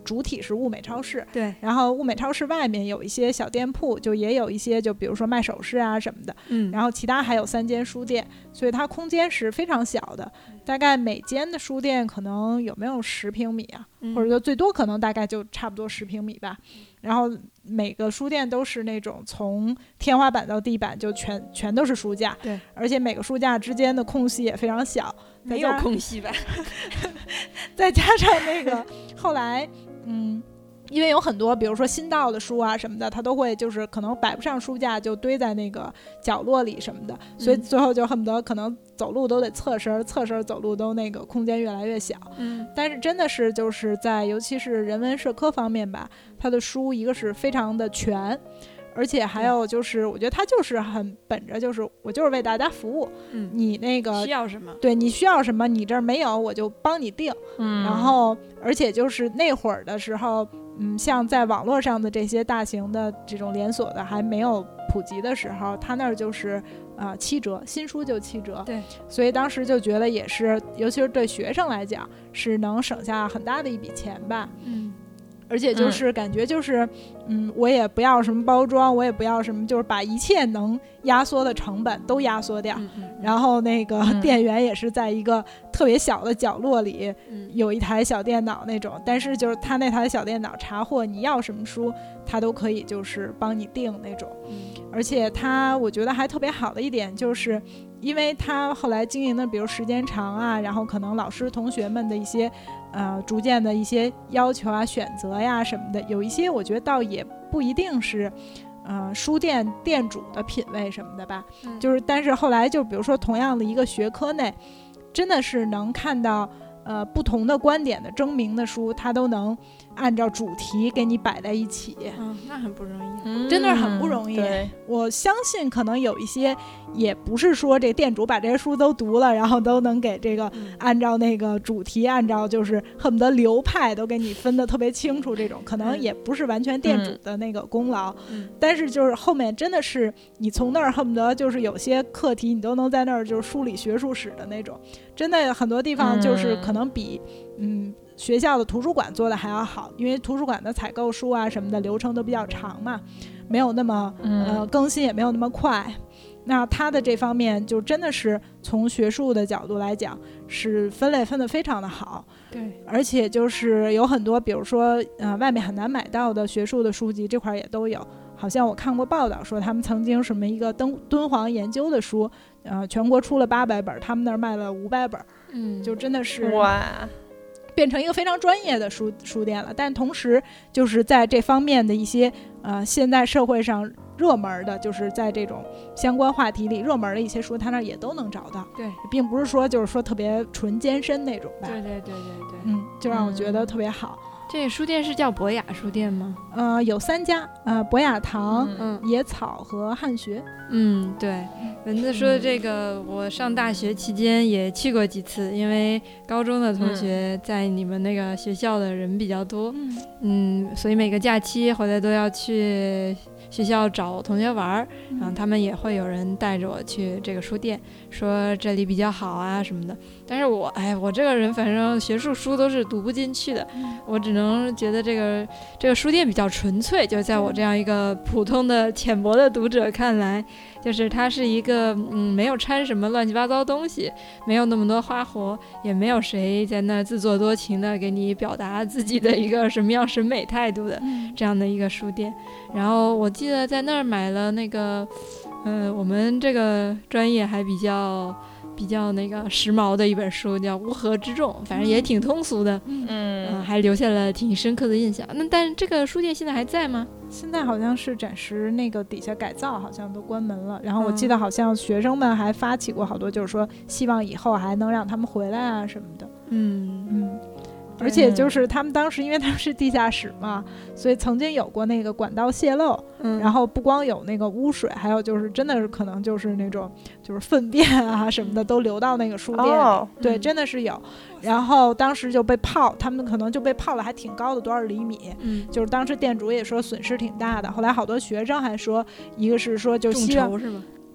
主体是物美超市， 对， 然后物美超市外面有一些小店铺，就也有一些就比如说卖首饰啊什么的，然后其他还有3间书店，所以它空间是非常小的，大概每间的书店可能有没有10平米啊，或者就最多可能大概就差不多10平米吧。然后每个书店都是那种从天花板到地板就全都是书架， 对， 而且每个书架之间的空隙也非常小， 没有空隙吧？ 再加上那个后来因为有很多比如说新到的书啊什么的，它都会就是可能摆不上书架就堆在那个角落里什么的，所以最后就恨不得可能走路都得侧身走路都那个空间越来越小。但是真的是就是在尤其是人文社科方面吧，它的书一个是非常的全，而且还有就是我觉得它就是很本着就是我就是为大家服务，你那个需要什么， 对，你需要什么你这儿没有我就帮你定，然后而且就是那会儿的时候像在网络上的这些大型的这种连锁的还没有普及的时候，他那儿就是7折，新书就7折， 对， 所以当时就觉得也是，尤其是对学生来讲是能省下很大的一笔钱吧。而且就是感觉就是我也不要什么包装，我也不要什么，就是把一切能压缩的成本都压缩掉，然后那个店员也是在一个特别小的角落里，有一台小电脑那种，但是就是他那台小电脑查获你要什么书他都可以就是帮你订那种。而且他我觉得还特别好的一点就是因为他后来经营的比如时间长啊，然后可能老师同学们的一些逐渐的一些要求啊选择呀什么的，有一些我觉得倒也不一定是书店店主的品味什么的吧，就是但是后来就比如说同样的一个学科内真的是能看到不同的观点的争鸣的书，它都能按照主题给你摆在一起， 那很不容易， 真的是很不容易。我相信可能有一些也不是说这店主把这些书都读了，然后都能给这个按照那个主题，按照就是恨不得流派都给你分得特别清楚，这种可能也不是完全店主的那个功劳，但是就是后面真的是你从那儿恨不得就是有些课题你都能在那儿就是梳理学术史的那种，真的很多地方就是可能比学校的图书馆做的还要好，因为图书馆的采购书啊什么的流程都比较长嘛，没有那么更新也没有那么快，那它的这方面就真的是从学术的角度来讲是分类分得非常的好。 对， 而且就是有很多比如说外面很难买到的学术的书籍这块也都有，好像我看过报道说他们曾经什么一个敦煌研究的书全国出了800本，他们那儿卖了500本，就真的是哇， 变成一个非常专业的书店了。但同时就是在这方面的一些现在社会上热门的，就是在这种相关话题里热门的一些书，他那也都能找到。 对， 并不是说就是说特别纯艰深那种吧。 对， 就让我觉得特别好。 这书店是叫博雅书店吗？ 有3家，博雅堂、野草和汉学。 对，蚊子说的这个，我上大学期间也去过几次，因为高中的同学在你们那个学校的人比较多，所以每个假期回来都要去学校找同学玩，然后他们也会有人带着我去这个书店，说这里比较好啊什么的。但是我这个人反正学术书都是读不进去的，我只能觉得这个书店比较纯粹，就在我这样一个普通的浅薄的读者看来，就是它是一个没有掺什么乱七八糟东西，没有那么多花活，也没有谁在那自作多情的给你表达自己的一个什么样审美态度的这样的一个书店。然后我记得在那儿买了那个我们这个专业还比较那个时髦的一本书，叫《乌合之众》，反正也挺通俗的，还留下了挺深刻的印象。但这个书店现在还在吗？ 现在好像是暂时那个底下改造，好像都关门了。然后我记得好像学生们还发起过好多，就是说希望以后还能让他们回来啊什么的。而且就是他们当时因为他们是地下室嘛，所以曾经有过那个管道泄漏，然后不光有那个污水，还有就是真的是可能就是那种就是粪便啊什么的都流到那个书店里，对，真的是有。然后当时就被泡，他们可能就被泡了还挺高的多少厘米，就是当时店主也说损失挺大的。后来好多学生还说，一个是说就希望是吗？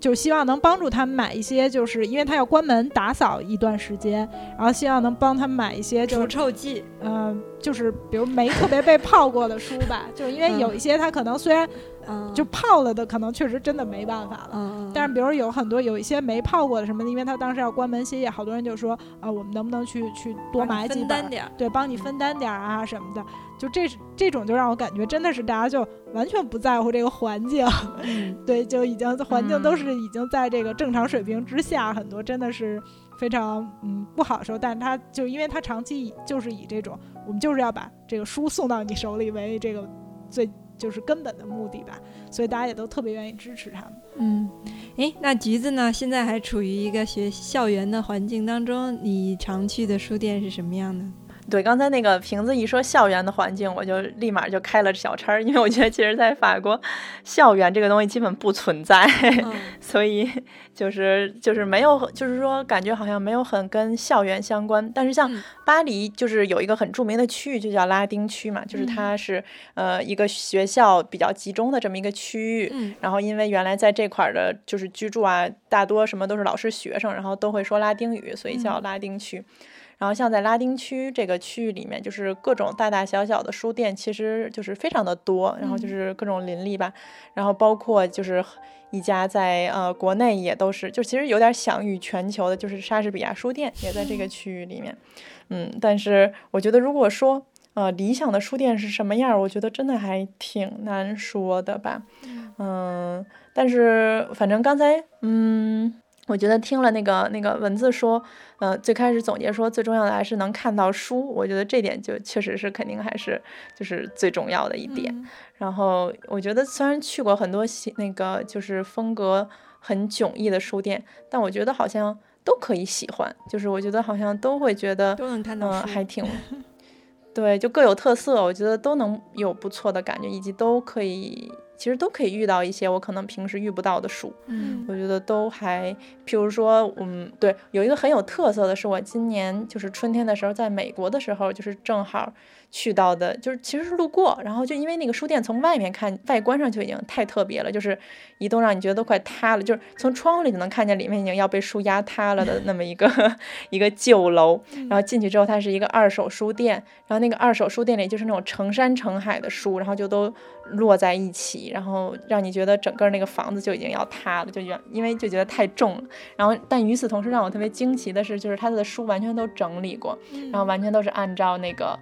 就希望能帮助他们买一些，就是因为他要关门打扫一段时间，然后希望能帮他们买一些除臭剂， 就是比如没特别被泡过的书吧，就是因为有一些他可能虽然就泡了的可能确实真的没办法了，但是比如有一些没泡过的什么的，因为他当时要关门歇业，好多人就说我们能不能去多买几本，对，帮你分担点啊什么的，就这种就让我感觉真的是大家就完全不在乎这个环境，对，就已经环境都是已经在这个正常水平之下，很多真的是非常不好受，但是他就因为他长期就是以这种我们就是要把这个书送到你手里为这个最就是根本的目的吧，所以大家也都特别愿意支持他们。 那橘子呢？现在还处于一个校园的环境当中，你常去的书店是什么样的？ 对，刚才那个瓶子一说校园的环境，我就立马就开了小差，因为我觉得其实在法国校园这个东西基本不存在，所以就是没有，就是说感觉好像没有很跟校园相关。但是像巴黎就是有一个很著名的区域就叫拉丁区嘛，就是它是一个学校比较集中的这么一个区域，然后因为原来在这块的就是居住啊，大多什么都是老师学生，然后都会说拉丁语，所以叫拉丁区。然后像在拉丁区这个区域里面，就是各种大大小小的书店其实就是非常的多，然后就是各种林立吧，然后包括就是一家在国内也都是，就其实有点享誉全球的，就是莎士比亚书店也在这个区域里面。但是我觉得如果说理想的书店是什么样，我觉得真的还挺难说的吧。但是反正刚才我觉得听了那个文字说最开始总结说最重要的还是能看到书，我觉得这点就确实是肯定还是就是最重要的一点。然后我觉得虽然去过很多那个就是风格很迥异的书店，但我觉得好像都可以喜欢，就是我觉得好像都会觉得都能看到书， 还挺对，就各有特色，我觉得都能有不错的感觉，以及其实都可以遇到一些我可能平时遇不到的书。我觉得都还，譬如说对，有一个很有特色的是我今年就是春天的时候在美国的时候，就是正好去到的，就是其实是路过，然后就因为那个书店从外面看外观上就已经太特别了，就是一栋让你觉得都快塌了，就是从窗户里就能看见里面已经要被树压塌了的那么一个旧楼，然后进去之后它是一个二手书店，然后那个二手书店里就是那种成山成海的书，然后就都摞在一起，然后让你觉得整个那个房子就已经要塌了，因为就觉得太重了。然后但与此同时让我特别惊奇的是，就是他的书完全都整理过，然后完全都是按照那个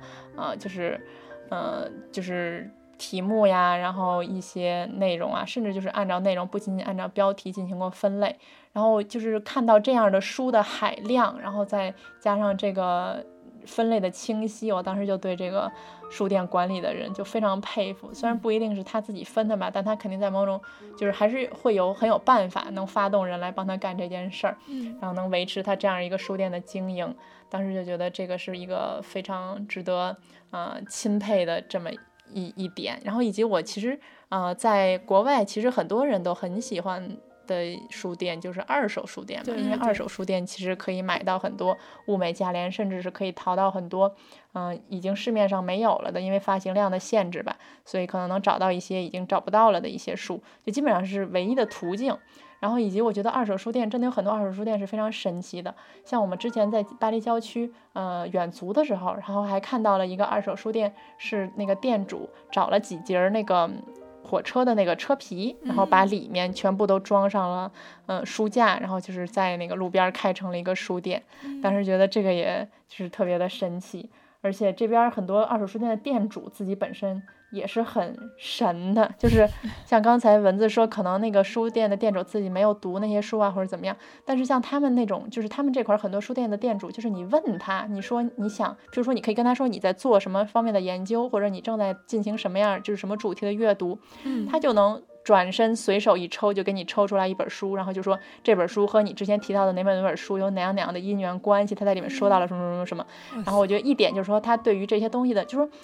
就是题目呀，然后一些内容啊，甚至就是按照内容不仅仅按照标题进行过分类，然后就是看到这样的书的海量，然后再加上这个分类的清晰，我当时就对这个书店管理的人就非常佩服。虽然不一定是他自己分的吧，但他肯定在某种就是还是会很有办法能发动人来帮他干这件事儿，然后能维持他这样一个书店的经营。当时就觉得这个是一个非常值得钦佩的这么一点。然后以及我其实在国外其实很多人都很喜欢的书店就是二手书店嘛，因为二手书店其实可以买到很多物美价廉，甚至是可以淘到很多已经市面上没有了的，因为发行量的限制吧，所以可能能找到一些已经找不到了的一些书，就基本上是唯一的途径。然后以及我觉得二手书店真的有很多二手书店是非常神奇的，像我们之前在巴黎郊区远足的时候，然后还看到了一个二手书店，是那个店主找了几节那个火车的那个车皮，然后把里面全部都装上了书架，然后就是在那个路边开成了一个书店。当时觉得这个也就是特别的神奇，而且这边很多二手书店的店主自己本身也是很神的，就是像刚才文字说可能那个书店的店主自己没有读那些书啊或者怎么样，但是像他们那种就是他们这块很多书店的店主，就是你问他，你说你想，比如说你可以跟他说你在做什么方面的研究，或者你正在进行什么样就是什么主题的阅读，他就能转身随手一抽就给你抽出来一本书，然后就说这本书和你之前提到的哪本书有哪样的因缘关系，他在里面说到了什么什么什么。然后我觉得一点就是说他对于这些东西的就是说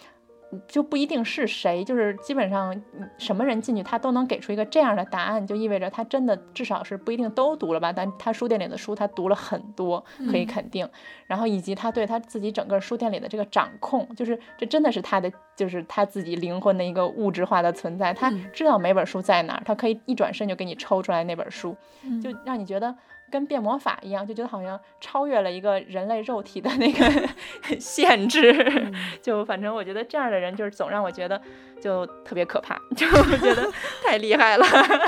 就不一定是谁，就是基本上什么人进去他都能给出一个这样的答案，就意味着他真的至少是不一定都读了吧，但他书店里的书他读了很多，可以肯定。然后以及他对他自己整个书店里的这个掌控，就是这真的是他的，就是他自己灵魂的一个物质化的存在，他知道每本书在哪儿，他可以一转身就给你抽出来那本书，就让你觉得跟变魔法一样，就觉得好像超越了一个人类肉体的那个限制。就反正我觉得这样的人就是总让我觉得就特别可怕，就觉得太厉害了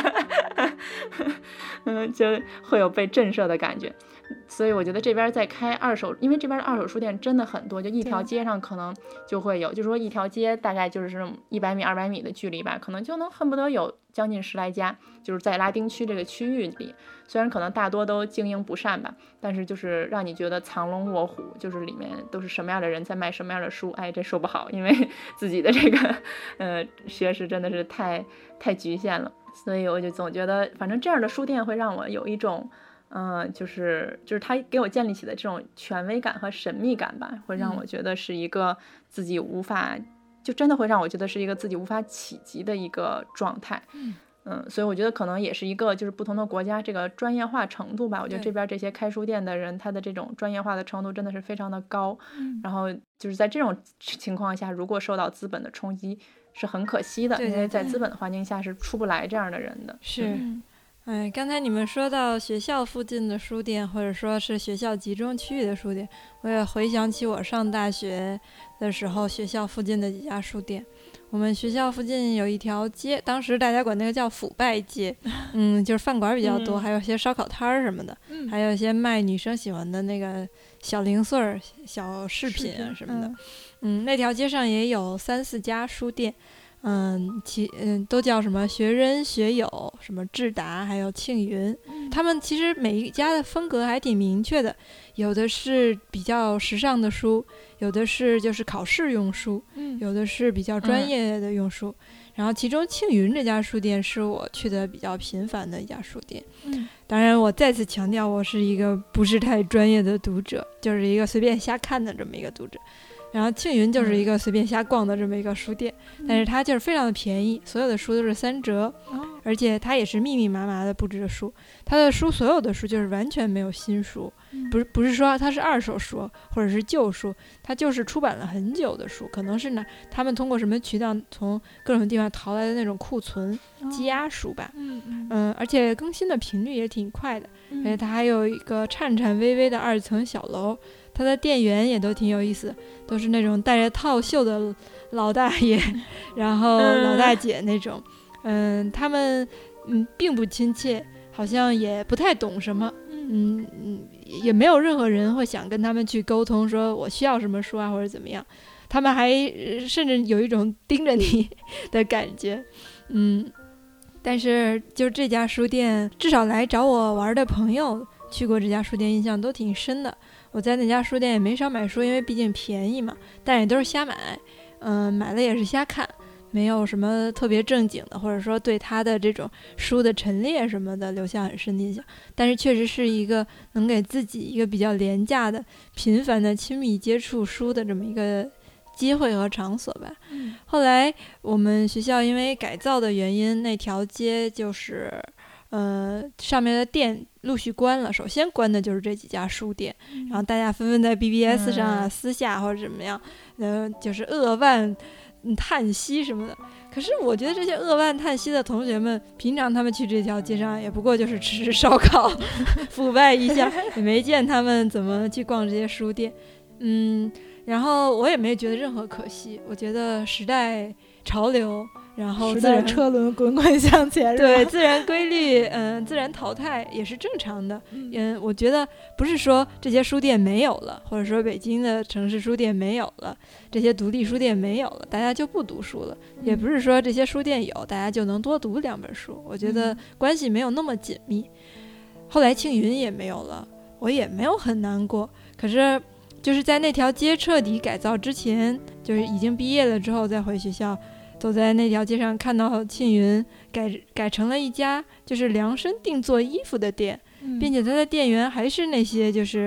就会有被震慑的感觉。所以我觉得这边在开二手，因为这边的二手书店真的很多，就一条街上可能就会有，就是说一条街大概就是100米200米的距离吧，可能就能恨不得有将近10来家，就是在拉丁区这个区域里，虽然可能大多都经营不善吧，但是就是让你觉得藏龙卧虎，就是里面都是什么样的人在卖什么样的书。哎，这说不好，因为自己的这个学识真的是太局限了，所以我就总觉得反正这样的书店会让我有一种就是他给我建立起的这种权威感和神秘感吧，会让我觉得是一个自己无法就真的会让我觉得是一个自己无法企及的一个状态。所以我觉得可能也是一个就是不同的国家这个专业化程度吧，我觉得这边这些开书店的人他的这种专业化的程度真的是非常的高，然后就是在这种情况下如果受到资本的冲击是很可惜的，因为在资本的环境下是出不来这样的人的。 是刚才你们说到学校附近的书店，或者说是学校集中区域的书店，我也回想起我上大学的时候学校附近的几家书店。我们学校附近有一条街，当时大家管那个叫腐败街，就是饭馆比较多，还有些烧烤摊什么的，还有一些卖女生喜欢的那个小零碎小饰品什么的。那条街上也有3、4家书店。都叫什么学人学友，什么智达，还有庆云。他们其实每一家的风格还挺明确的，有的是比较时尚的书，有的是就是考试用书，有的是比较专业的用书。然后其中庆云这家书店是我去的比较频繁的一家书店。当然我再次强调，我是一个不是太专业的读者，就是一个随便瞎看的这么一个读者。然后庆云就是一个随便瞎逛的这么一个书店，但是它就是非常的便宜，所有的书都是3折，而且它也是密密麻麻的布置的书，它的书所有的书就是完全没有新书，不是说它是二手书或者是旧书，它就是出版了很久的书，可能是他们通过什么渠道从各种地方淘来的那种库存积压书吧。而且更新的频率也挺快的，而且它还有一个颤颤巍巍的2层小楼，它的店员也都挺有意思，都是那种戴着套袖的老大爷然后老大姐那种。他们并不亲切，好像也不太懂什么，也没有任何人会想跟他们去沟通说我需要什么书啊或者怎么样，他们还甚至有一种盯着你的感觉。但是就这家书店，至少来找我玩的朋友去过这家书店，印象都挺深的。我在那家书店也没少买书，因为毕竟便宜嘛，但也都是瞎买，买了也是瞎看，没有什么特别正经的，或者说对他的这种书的陈列什么的留下很深的印象。但是确实是一个能给自己一个比较廉价的、频繁的亲密接触书的这么一个机会和场所吧。后来我们学校因为改造的原因，那条街就是上面的店陆续关了，首先关的就是这几家书店，然后大家纷纷在 BBS 上啊、私下或者怎么样，就是扼腕叹息什么的。可是我觉得这些扼腕叹息的同学们，平常他们去这条街上也不过就是吃烧烤腐败一下，也没见他们怎么去逛这些书店。然后我也没觉得任何可惜，我觉得时代潮流，然后时代车轮滚滚向前， 对，自然规律，自然淘汰也是正常的。我觉得不是说这些书店没有了，或者说北京的城市书店没有了，这些独立书店没有了，大家就不读书了，也不是说这些书店有，大家就能多读2本书。我觉得关系没有那么紧密。后来庆云也没有了，我也没有很难过。可是就是在那条街彻底改造之前，就是已经毕业了之后再回学校，走在那条街上看到庆云改成了一家就是量身定做衣服的店，并且它的店员还是那些就是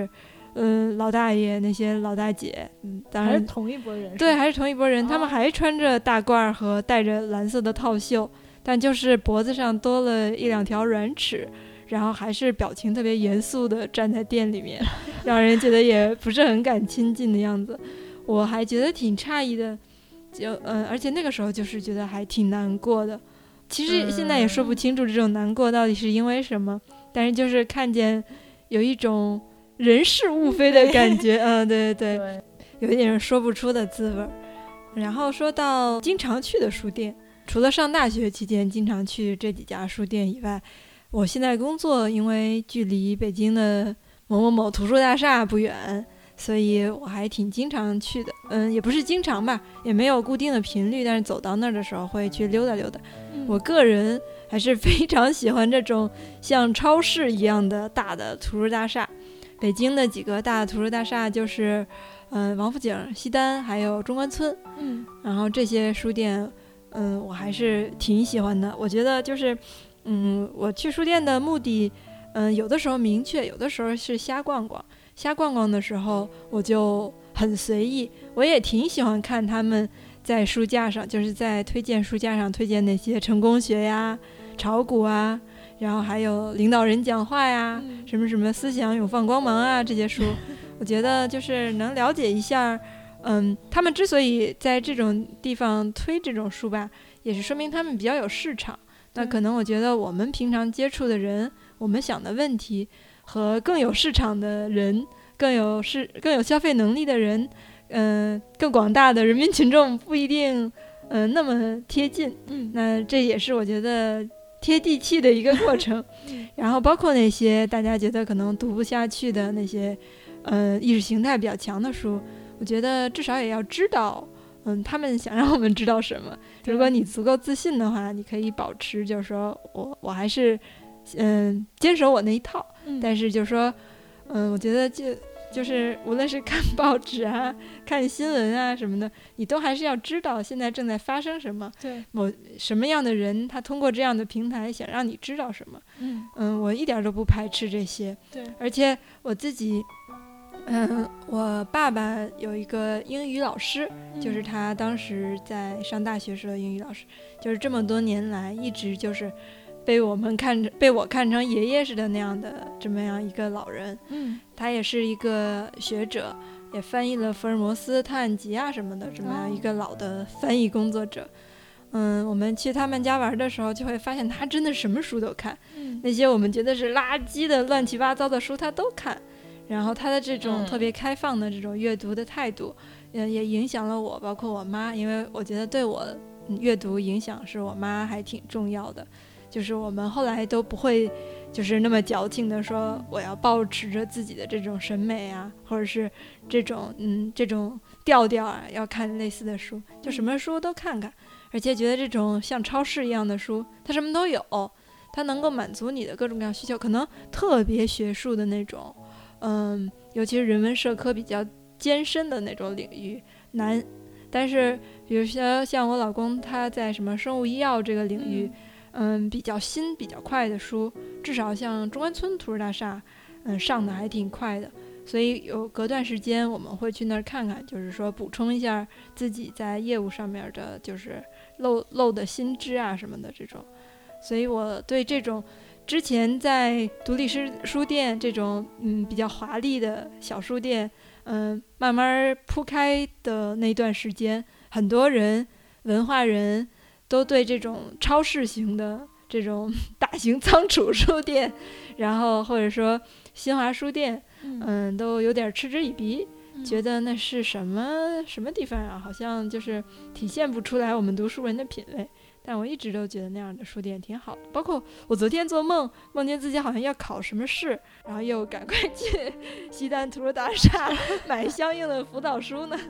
老大爷那些老大姐，当然还是同一拨人， 对，还是同一拨人，他们还穿着大褂和戴着蓝色的套袖，但就是脖子上多了1-2条软齿，然后还是表情特别严肃的站在店里面，让人觉得也不是很敢亲近的样子。我还觉得挺诧异的，而且那个时候就是觉得还挺难过的。其实现在也说不清楚这种难过到底是因为什么，但是就是看见有一种人事物非的感觉，对对对，有一点说不出的滋味。然后说到经常去的书店，除了上大学期间经常去这几家书店以外，我现在工作因为距离北京的某某某图书大厦不远，所以我还挺经常去的。也不是经常吧，也没有固定的频率，但是走到那儿的时候会去溜达溜达。我个人还是非常喜欢这种像超市一样的大的图书大厦。北京的几个大的图书大厦就是王府井、西单还有中关村。然后这些书店我还是挺喜欢的。我觉得就是我去书店的目的有的时候明确，有的时候是瞎逛逛。瞎逛逛的时候我就很随意，我也挺喜欢看他们在书架上，就是在推荐书架上推荐那些成功学呀、炒股啊，然后还有领导人讲话呀，什么什么思想永放光芒啊，这些书我觉得就是能了解一下他们之所以在这种地方推这种书吧，也是说明他们比较有市场。那可能我觉得我们平常接触的人，我们想的问题和更有市场的人，更有消费能力的人，更广大的人民群众不一定那么贴近。那这也是我觉得贴地气的一个过程。然后包括那些大家觉得可能读不下去的那些意识形态比较强的书，我觉得至少也要知道他们想让我们知道什么。如果你足够自信的话，你可以保持就是说我还是坚守我那一套。但是就是说我觉得就是无论是看报纸啊、看新闻啊什么的，你都还是要知道现在正在发生什么， 对， 什么样的人他通过这样的平台想让你知道什么。我一点都不排斥这些。 对， 而且我自己我爸爸有一个英语老师，就是他当时在上大学时的英语老师，就是这么多年来一直就是被我看成爷爷似的那样的这么样一个老人。他也是一个学者，也翻译了福尔摩斯探案集啊什么的这么样一个老的翻译工作者。我们去他们家玩的时候就会发现他真的什么书都看，那些我们觉得是垃圾的乱七八糟的书他都看。然后他的这种特别开放的这种阅读的态度也影响了我，包括我妈，因为我觉得对我阅读影响是我妈还挺重要的。就是我们后来都不会就是那么矫情的说我要保持着自己的这种审美啊，或者是这种调调啊，要看类似的书，就什么书都看看。而且觉得这种像超市一样的书它什么都有，它能够满足你的各种各样需求。可能特别学术的那种尤其是人文社科比较艰深的那种领域难，但是比如说像我老公他在什么生物医药这个领域比较新比较快的书，至少像中关村图书大厦上的还挺快的。所以有隔段时间我们会去那儿看看，就是说补充一下自己在业务上面的就是漏的新知啊什么的这种。所以我对这种之前在独立书店这种比较华丽的小书店慢慢铺开的那段时间，很多人文化人都对这种超市型的这种大型仓储书店，然后或者说新华书店都有点嗤之以鼻，觉得那是什么地方啊，好像就是体现不出来我们读书人的品味。但我一直都觉得那样的书店挺好的。包括我昨天做梦见自己好像要考什么试，然后又赶快去西单图书大厦买相应的辅导书呢。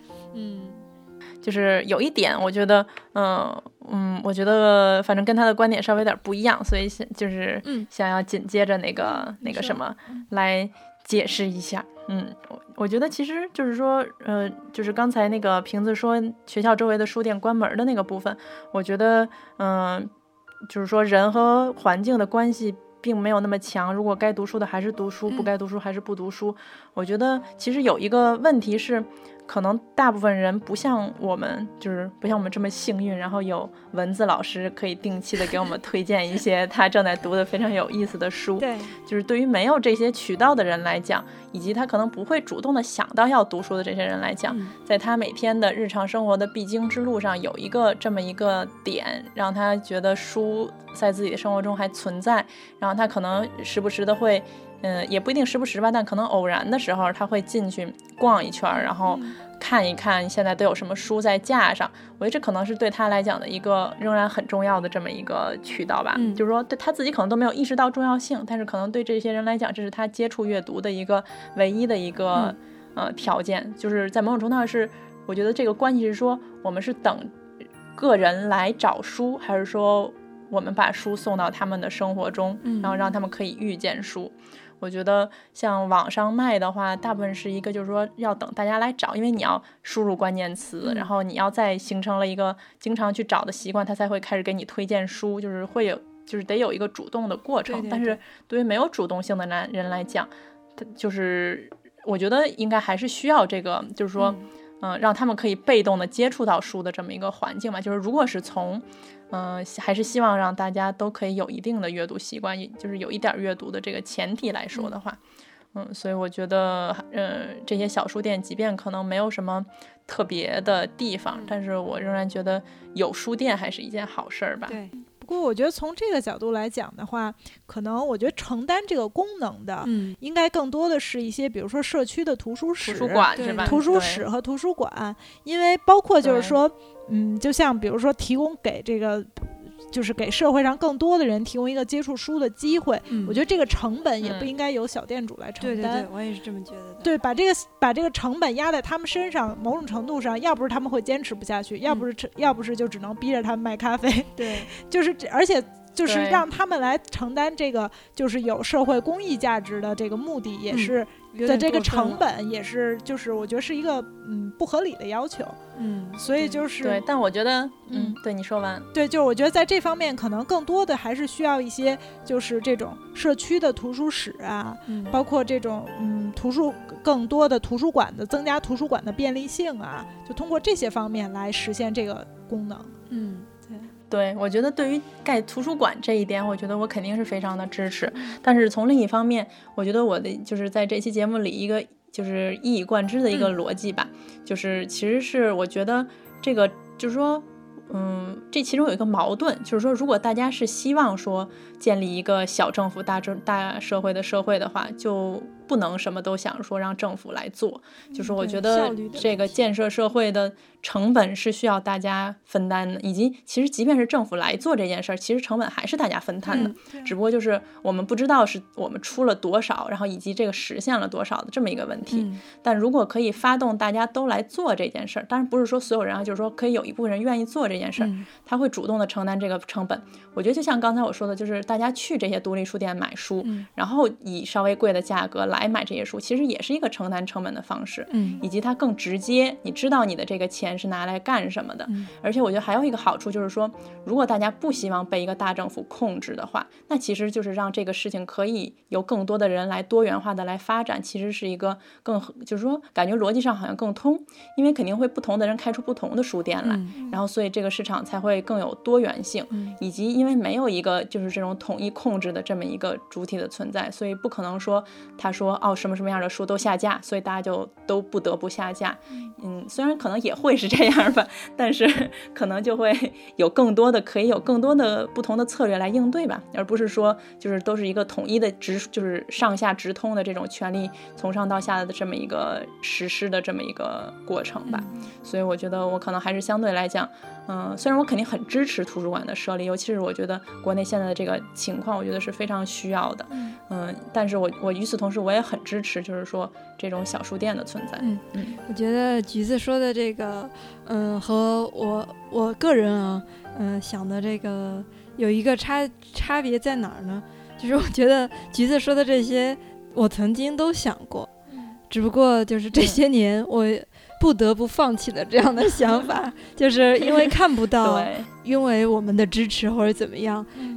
就是有一点我觉得我觉得反正跟他的观点稍微有点不一样，所以就是想要紧接着那个什么来解释一下。我觉得其实就是说就是刚才那个瓶子说学校周围的书店关门的那个部分，我觉得就是说人和环境的关系并没有那么强，如果该读书的还是读书，不该读书还是不读书。我觉得其实有一个问题是，可能大部分人不像我们，就是不像我们这么幸运，然后有文字老师可以定期的给我们推荐一些他正在读的非常有意思的书。 对， 就是对于没有这些渠道的人来讲，以及他可能不会主动的想到要读书的这些人来讲，在他每天的日常生活的必经之路上有一个这么一个点，让他觉得书在自己的生活中还存在，然后他可能时不时的会也不一定时不时吧，但可能偶然的时候他会进去逛一圈，然后看一看现在都有什么书在架上。我觉得这可能是对他来讲的一个仍然很重要的这么一个渠道吧。就是说对他自己可能都没有意识到重要性，但是可能对这些人来讲，这是他接触阅读的一个唯一的一个条件。就是在某种程度上是，我觉得这个关系是说，我们是等个人来找书，还是说我们把书送到他们的生活中，然后让他们可以遇见书。我觉得像网上卖的话，大部分是一个就是说要等大家来找，因为你要输入关键词，然后你要再形成了一个经常去找的习惯，他才会开始给你推荐书，就是会有，就是得有一个主动的过程。对对对。但是对于没有主动性的人来讲，就是我觉得应该还是需要这个，就是说让他们可以被动的接触到书的这么一个环境嘛。就是如果是从还是希望让大家都可以有一定的阅读习惯，就是有一点阅读的这个前提来说的话，所以我觉得这些小书店即便可能没有什么特别的地方，但是我仍然觉得有书店还是一件好事儿吧。 对。不过我觉得从这个角度来讲的话，可能我觉得承担这个功能的应该更多的是一些比如说社区的图书室、 图书馆是吧？ 图书室和图书馆，因为包括就是说就像比如说提供给这个就是给社会上更多的人提供一个接触书的机会，我觉得这个成本也不应该由小店主来承担。 对对对，我也是这么觉得的。 对，把这个成本压在他们身上，某种程度上，要不是他们会坚持不下去，要不是就只能逼着他们卖咖啡。 对， 就是而且就是让他们来承担这个就是有社会公益价值的这个目的，也是的这个成本也是就是我觉得是一个不合理的要求。所以就是对，但我觉得对，你说完。 对，就是我觉得在这方面可能更多的还是需要一些就是这种社区的图书室啊，包括这种更多的图书馆的增加图书馆的便利性啊，就通过这些方面来实现这个功能。 对，我觉得对于盖图书馆这一点，我觉得我肯定是非常的支持。但是从另一方面，我觉得我的就是在这期节目里一个就是一以贯之的一个逻辑吧，就是其实是我觉得这个就是说这其中有一个矛盾，就是说如果大家是希望说建立一个小政府大社会的话，就不能什么都想说让政府来做。就是我觉得这个建设社会的成本是需要大家分担的，以及其实即便是政府来做这件事儿，其实成本还是大家分摊的，只不过就是我们不知道是我们出了多少，然后以及这个实现了多少的这么一个问题。但如果可以发动大家都来做这件事儿，当然不是说所有人就是说可以有一部分人愿意做这件事儿，他会主动的承担这个成本。我觉得就像刚才我说的，就是大家去这些独立书店买书，然后以稍微贵的价格来买这些书，其实也是一个承担成本的方式，以及它更直接，你知道你的这个钱是拿来干什么的。而且我觉得还有一个好处就是说，如果大家不希望被一个大政府控制的话，那其实就是让这个事情可以由更多的人来多元化的来发展，其实是一个就是说感觉逻辑上好像更通，因为肯定会不同的人开出不同的书店来，然后所以这个市场才会更有多元性，以及因为没有一个就是这种统一控制的这么一个主体的存在，所以不可能说他说什么什么样的书都下架，所以大家就都不得不下架。虽然可能也会是这样吧，但是可能就会可以有更多的不同的策略来应对吧，而不是说就是都是一个统一的就是上下直通的这种权力从上到下的这么一个实施的这么一个过程吧。所以我觉得我可能还是相对来讲虽然我肯定很支持图书馆的设立，尤其是我觉得国内现在的这个情况我觉得是非常需要的，但是我与此同时我也很支持就是说这种小书店的存在。 我觉得橘子说的这个和我个人想的这个有一个差别在哪儿呢？就是我觉得橘子说的这些我曾经都想过，只不过就是这些年我不得不放弃了这样的想法，就是因为看不到因为我们的支持或者怎么样，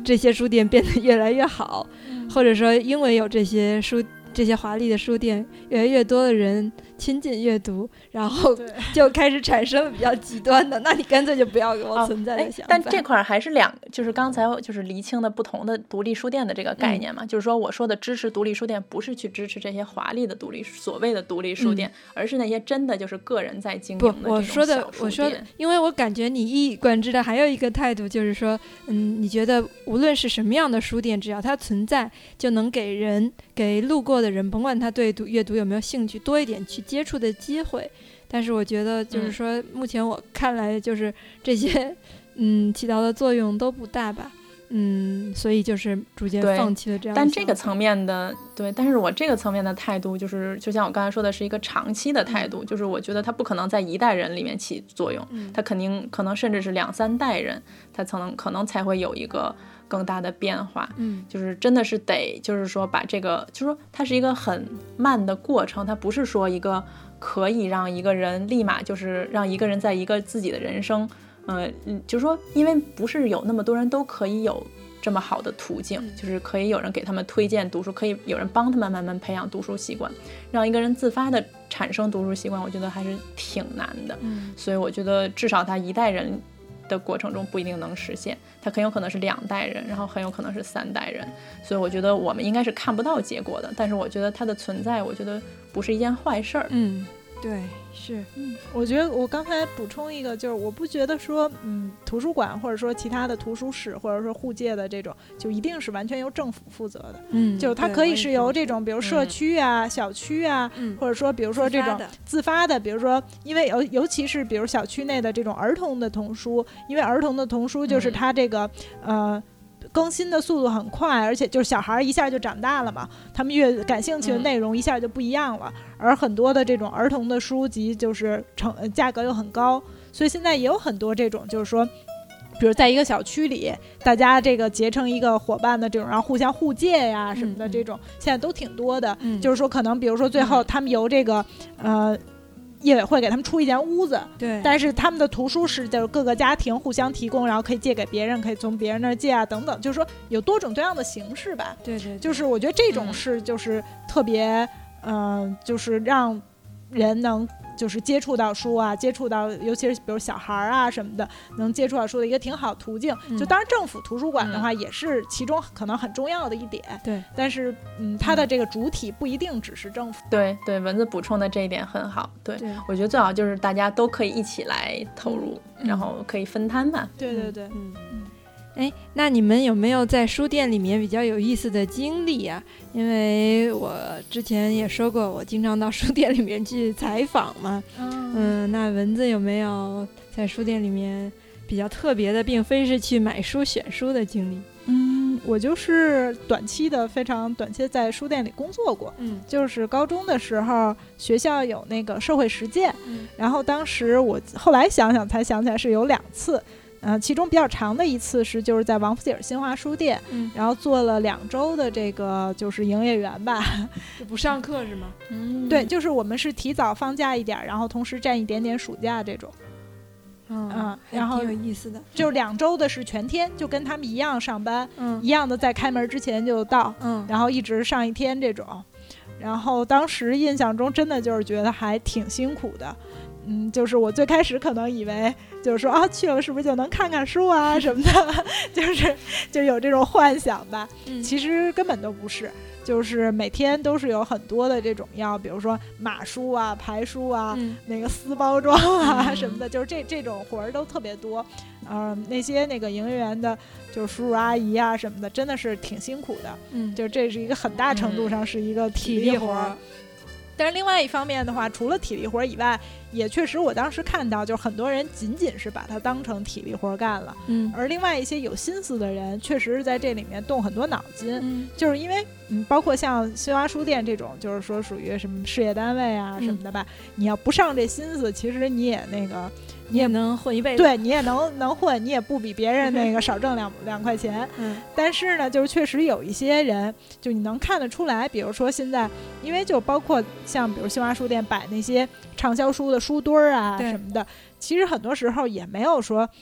这些书店变得越来越好，或者说因为有这些华丽的书店，越来越多的人亲近阅读，然后就开始产生了比较极端的，那你干脆就不要给我存在的想法。 但这块还是就是刚才就是厘清的不同的独立书店的这个概念嘛，就是说我说的支持独立书店不是去支持这些华丽的所谓的独立书店，而是那些真的就是个人在经营的这种小书店。 我说的，因为我感觉你一以贯之的还有一个态度，就是说你觉得无论是什么样的书店，只要它存在，就能给路过的人，甭管他对阅读有没有兴趣，多一点去接触的机会。但是我觉得就是说目前我看来就是这些起到的作用都不大吧，所以就是逐渐放弃了这样的。 但这个层面的但是我这个层面的态度就是就像我刚才说的是一个长期的态度，就是我觉得它不可能在一代人里面起作用，它可能甚至是2-3代人它可能才会有一个更大的变化，就是真的是得就是说把这个就是说它是一个很慢的过程，它不是说一个可以让一个人立马就是让一个人在一个自己的人生就是说因为不是有那么多人都可以有这么好的途径，就是可以有人给他们推荐读书，可以有人帮他们慢慢培养读书习惯，让一个人自发的产生读书习惯，我觉得还是挺难的，所以我觉得至少他一代人的过程中不一定能实现，它很有可能是2代人，然后很有可能是3代人，所以我觉得我们应该是看不到结果的，但是我觉得它的存在我觉得不是一件坏事儿。 对，是， 我觉得我刚才补充一个，就是我不觉得说，图书馆或者说其他的图书室或者说护界的这种，就一定是完全由政府负责的，就它可以是由这种，比如社区啊、小区啊，或者说比如说这种自发的，比如说，因为尤其是比如小区内的这种儿童的童书，因为儿童的童书就是它这个更新的速度很快，而且就是小孩一下就长大了嘛，他们越感兴趣的内容一下就不一样了，而很多的这种儿童的书籍就是价格又很高，所以现在也有很多这种就是说比如在一个小区里大家这个结成一个伙伴的这种，然后互相互借呀什么的，这种现在都挺多的，就是说可能比如说最后他们由这个业委会给他们出一间屋子， 对， 但是他们的图书室就是各个家庭互相提供，然后可以借给别人，可以从别人那儿借啊等等，就是说有多种多样的形式吧。 对， 就是我觉得这种是就是特别就是让人能就是接触到书啊，接触到尤其是比如小孩啊什么的能接触到书的一个挺好途径，就当然政府图书馆的话也是其中可能很重要的一点， 对， 但是它的这个主体不一定只是政府。 对，蚊子补充的这一点很好，对，我觉得最好就是大家都可以一起来投入，然后可以分摊吧。 对， 那你们有没有在书店里面比较有意思的经历啊？因为我之前也说过，我经常到书店里面去采访嘛。那蚊子有没有在书店里面比较特别的，并非是去买书选书的经历？ 我就是非常短期在书店里工作过，就是高中的时候学校有那个社会实践，然后当时我后来才想起来是有2次。其中比较长的一次是就是在王府井新华书店，然后做了2周的这个就是营业员吧， 就不上课是吗？ 对，就是我们是提早放假一点，然后同时占一点点暑假这种。然后挺有意思的， 就是2周的是全天，就跟他们一样上班，一样的在开门之前就到，然后一直上一天这种。然后当时印象中真的就是觉得还挺辛苦的。就是我最开始可能以为就是说去了是不是就能看看书啊什么的，就有这种幻想吧，其实根本都不是，就是每天都是有很多的这种比如说码书啊、排书啊、那个撕包装啊什么的，就是这种活儿都特别多。那些那个营业员的就是叔叔阿姨啊什么的真的是挺辛苦的，就这是一个很大程度上是一个体力活。但是另外一方面的话，除了体力活以外，也确实我当时看到就是很多人仅仅是把它当成体力活干了，而另外一些有心思的人确实是在这里面动很多脑筋，就是因为包括像新华书店这种就是说属于什么事业单位啊什么的吧，你要不上这心思，其实你也能混一辈子， 对，你也能混，你也不比别人那个少挣2块钱。但是呢，就是确实有一些人，就你能看得出来，比如说现在，因为就包括像比如新华书店摆那些畅销书的书堆啊什么的，其实很多时候也没有说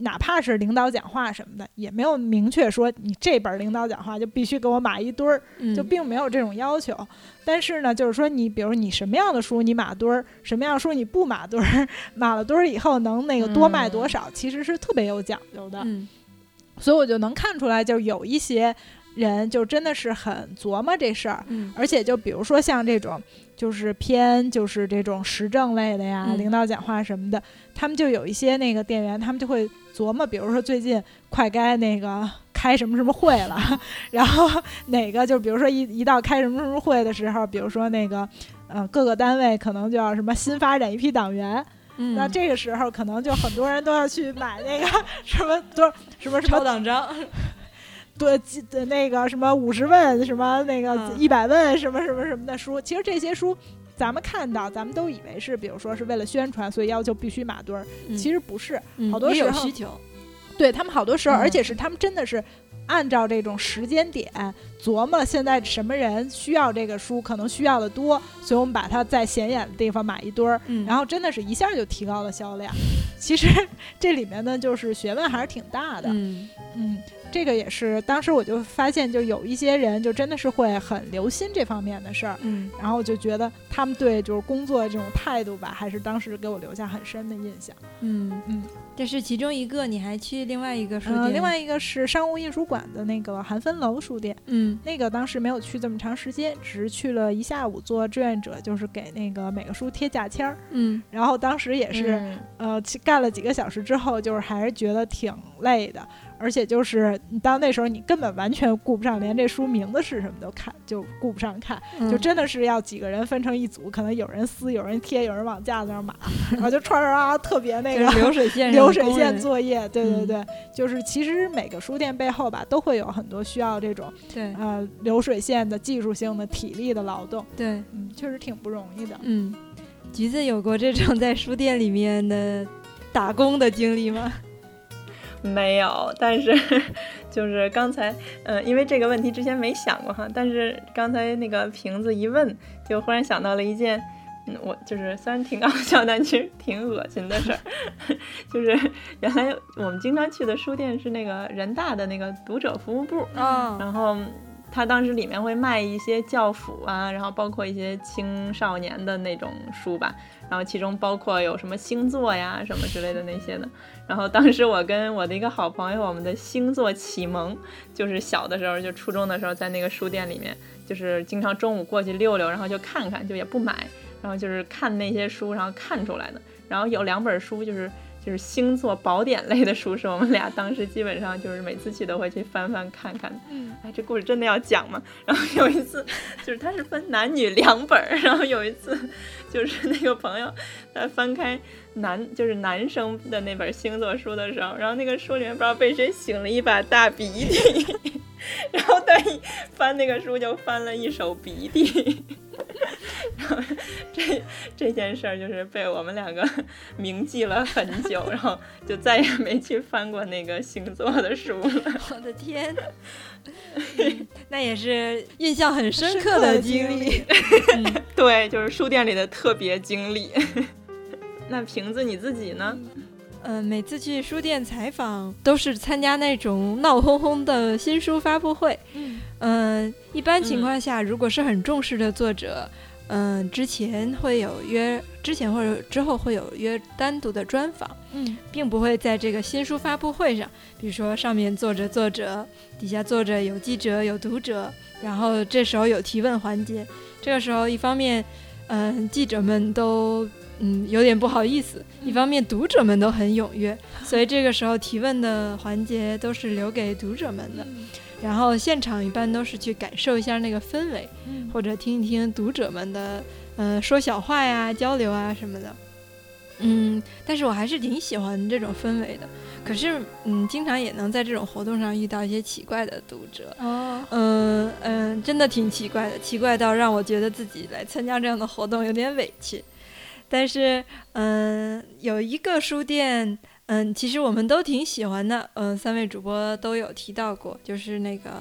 哪怕是领导讲话什么的，也没有明确说你这本领导讲话就必须给我码一堆儿，就并没有这种要求。但是呢，就是说你比如你什么样的书你码堆儿，什么样的书你不码堆儿，码了堆儿以后能那个多卖多少，其实是特别有讲究的。所以我就能看出来，就有一些人就真的是很琢磨这事儿，而且就比如说像这种就是偏就是这种时政类的呀，领导讲话什么的，他们就有一些那个店员，他们就会琢磨，比如说最近快该那个开什么什么会了，然后哪个就比如说一到开什么什么会的时候，比如说那个各个单位可能就要什么新发展一批党员。那这个时候可能就很多人都要去买那个什么多什么超党章， 对，那个什么50问，什么那个100问，什么什么什么的书。其实这些书咱们看到，咱们都以为是，比如说是为了宣传，所以要求必须码堆儿。其实不是，好多时候也有需求。 对他们好多时候，而且是他们真的是按照这种时间点琢磨现在什么人需要这个书，可能需要的多，所以我们把它在显眼的地方码一堆儿，然后真的是一下就提高了销量。其实这里面呢，就是学问还是挺大的。这个也是当时我就发现，就有一些人就真的是会很留心这方面的事儿，然后就觉得他们对就是工作这种态度吧，还是当时给我留下很深的印象。 这是其中一个。你还去另外一个书店？ 另外一个是商务印书馆的那个韩芬楼书店。那个当时没有去这么长时间，只是去了一下午做志愿者，就是给那个每个书贴价签儿。然后当时也是干了几个小时之后，就是还是觉得挺累的。而且就是你到那时候你根本完全顾不上，连这书名字是什么都看，就顾不上看，就真的是要几个人分成一组，可能有人撕，有人贴，有人往架子上码，然后就串特别那个流水线作业。对，就是其实每个书店背后吧，都会有很多需要这种流水线的技术性的体力的劳动。 对， 确实挺不容易的。 橘子有过这种在书店里面的打工的经历吗？ 没有，但是就是刚才因为这个问题之前没想过哈，但是刚才那个瓶子一问，就忽然想到了一件我就是虽然挺搞笑，但其实挺恶心的事儿。就是原来我们经常去的书店是那个人大的那个读者服务部，然后他当时里面会卖一些教辅啊，然后包括一些青少年的那种书吧，然后其中包括有什么星座呀什么之类的那些的。然后当时我跟我的一个好朋友，我们的星座启蒙，就是小的时候就初中的时候在那个书店里面，就是经常中午过去溜溜，然后就看看，就也不买，然后就是看那些书，然后看出来的。然后有2本书就是星座宝典类的书，是我们俩当时基本上就是每次去都会去翻看看。这故事真的要讲吗？然后有一次就是它是分男女2本，然后有一次就是那个朋友他翻开就是男生的那本星座书的时候，然后那个书里面不知道被谁擤了一把大鼻涕，然后他一翻那个书就翻了一手鼻涕。然后这件事儿就是被我们2个铭记了很久，然后就再也没去翻过那个星座的书了。 我的天，那也是印象很深刻的经历。 对，就是书店里的特别经历。那瓶子你自己呢？ 每次去书店采访都是参加那种闹哄哄的新书发布会。一般情况下，如果是很重视的作者，之前或者之后会有约单独的专访，并不会在这个新书发布会上，比如说上面坐着作者，底下坐着有记者有读者，然后这时候有提问环节。这个时候一方面记者们都有点不好意思，一方面读者们都很踊跃，所以这个时候提问的环节都是留给读者们的。然后现场一般都是去感受一下那个氛围，或者听一听读者们的说小话呀、交流啊什么的。但是我还是挺喜欢这种氛围的。可是经常也能在这种活动上遇到一些奇怪的读者。真的挺奇怪的，奇怪到让我觉得自己来参加这样的活动有点委屈。但是有一个书店其实我们都挺喜欢的，3位主播都有提到过，就是那个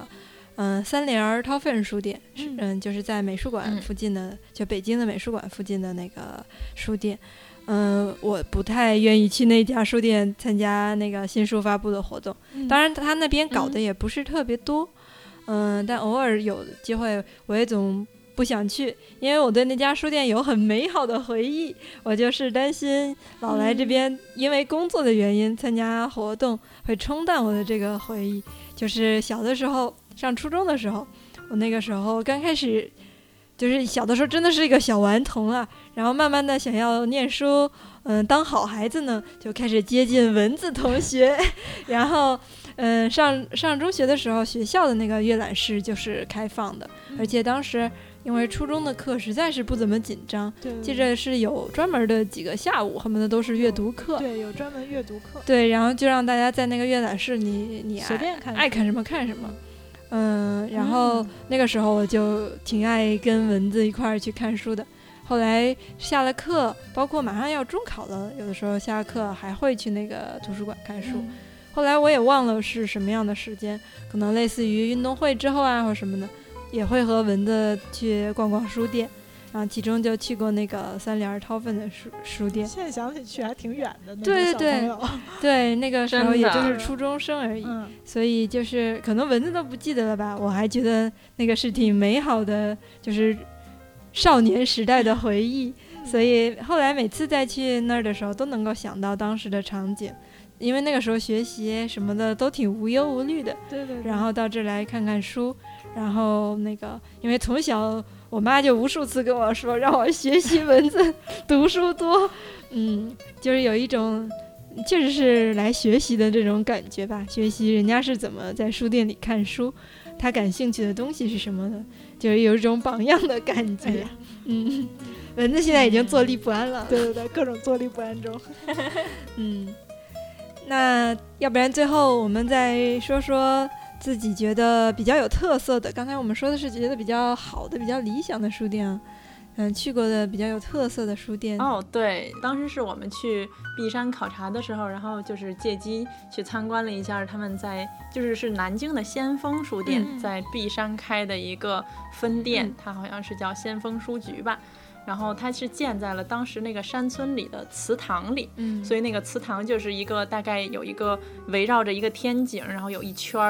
三联韬奋书店，就是在美术馆附近的，就北京的美术馆附近的那个书店。我不太愿意去那家书店参加那个新书发布的活动，当然他那边搞的也不是特别多，但偶尔有机会我也总不想去，因为我对那家书店有很美好的回忆。我就是担心老来这边因为工作的原因参加活动会冲淡我的这个回忆。就是小的时候上初中的时候，我那个时候刚开始就是小的时候真的是一个小顽童啊，然后慢慢的想要念书，当好孩子呢，就开始接近蚊子同学，然后上中学的时候，学校的那个阅览室就是开放的，而且当时因为初中的课实在是不怎么紧张，记着是有专门的几个下午，恨不得都是阅读课， 对，有专门阅读课， 对，然后就让大家在那个阅览室，你随便看， 爱看什么看什么。然后那个时候我就挺爱跟蚊子一块儿去看书的。后来下了课，包括马上要中考了，有的时候下课还会去那个图书馆看书。后来我也忘了是什么样的时间，可能类似于运动会之后啊或什么的，也会和蚊子去逛逛书店。然后其中就去过那个三联韬奋的书店， 现在想起去还挺远的。 对对对，那个时候也就是初中生而已，所以就是可能蚊子都不记得了吧，我还觉得那个是挺美好的，就是少年时代的回忆。所以后来每次再去那儿的时候都能够想到当时的场景，因为那个时候学习什么的都挺无忧无虑的。 对， 然后到这来看看书，然后那个因为从小我妈就无数次跟我说让我学习文字读书多，就是有一种确实是来学习的这种感觉吧，学习人家是怎么在书店里看书，他感兴趣的东西是什么的，就是有一种榜样的感觉。蚊子现在已经坐立不安了。 对，各种坐立不安中。 那要不然最后我们再说说自己觉得比较有特色的，刚才我们说的是觉得比较好的比较理想的书店啊，去过的比较有特色的书店。 对，当时是我们去璧山考察的时候，然后就是借机去参观了一下他们在是南京的先锋书店，在璧山开的一个分店，它好像是叫先锋书局吧。然后它是建在了当时那个山村里的祠堂里，所以那个祠堂就是一个大概有一个围绕着一个天井，然后有一圈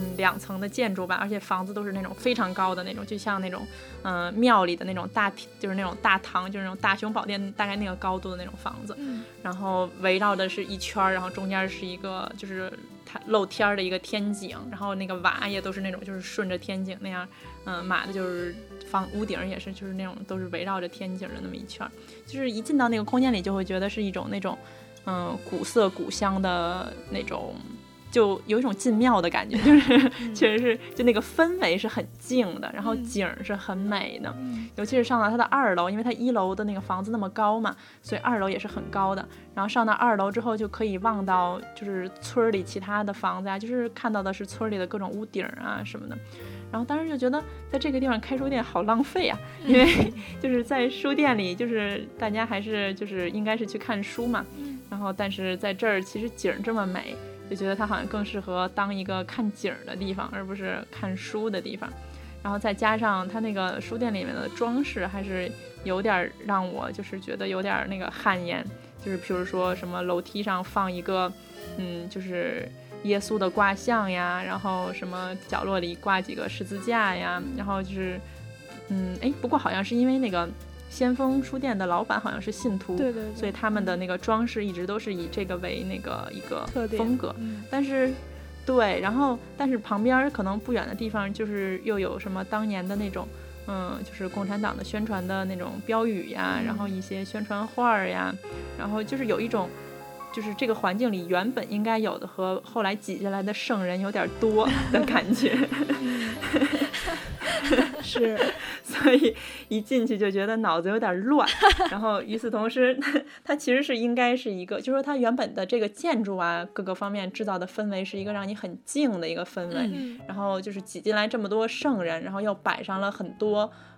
2层的建筑吧，而且房子都是那种非常高的那种，就像那种庙里的那种就是那种大堂，就是那种大雄宝殿大概那个高度的那种房子，然后围绕的是一圈，然后中间是一个就是它露天的一个天井，然后那个瓦也都是那种就是顺着天井那样码的，就是屋顶也是就是那种都是围绕着天井的那么一圈，就是一进到那个空间里就会觉得是一种那种古色古香的那种，就有一种进庙的感觉，就是确实是就那个氛围是很静的，然后景是很美的，尤其是上到它的2楼，因为它1楼的那个房子那么高嘛，所以2楼也是很高的，然后上到2楼之后就可以望到就是村里其他的房子啊，就是看到的是村里的各种屋顶啊什么的。然后当时就觉得在这个地方开书店好浪费啊，因为就是在书店里就是大家还是就是应该是去看书嘛，然后但是在这儿其实景这么美，就觉得它好像更适合当一个看景的地方，而不是看书的地方。然后再加上它那个书店里面的装饰还是有点让我就是觉得有点那个汗颜，就是比如说什么楼梯上放一个就是耶稣的卦象呀，然后什么角落里挂几个十字架呀，然后就是不过好像是因为那个先锋书店的老板好像是信徒， 对， 所以他们的那个装饰一直都是以这个为那个一个风格，但是对，然后但是旁边可能不远的地方就是又有什么当年的那种就是共产党的宣传的那种标语呀，然后一些宣传画呀，然后就是有一种就是这个环境里原本应该有的和后来挤进来的圣人有点多的感觉是， 所以一进去就觉得脑子有点乱，然后与此同时它其实是应该是一个就是说它原本的这个建筑啊各个方面制造的氛围是一个让你很静的一个氛围，然后就是挤进来这么多圣人，然后又摆上了很多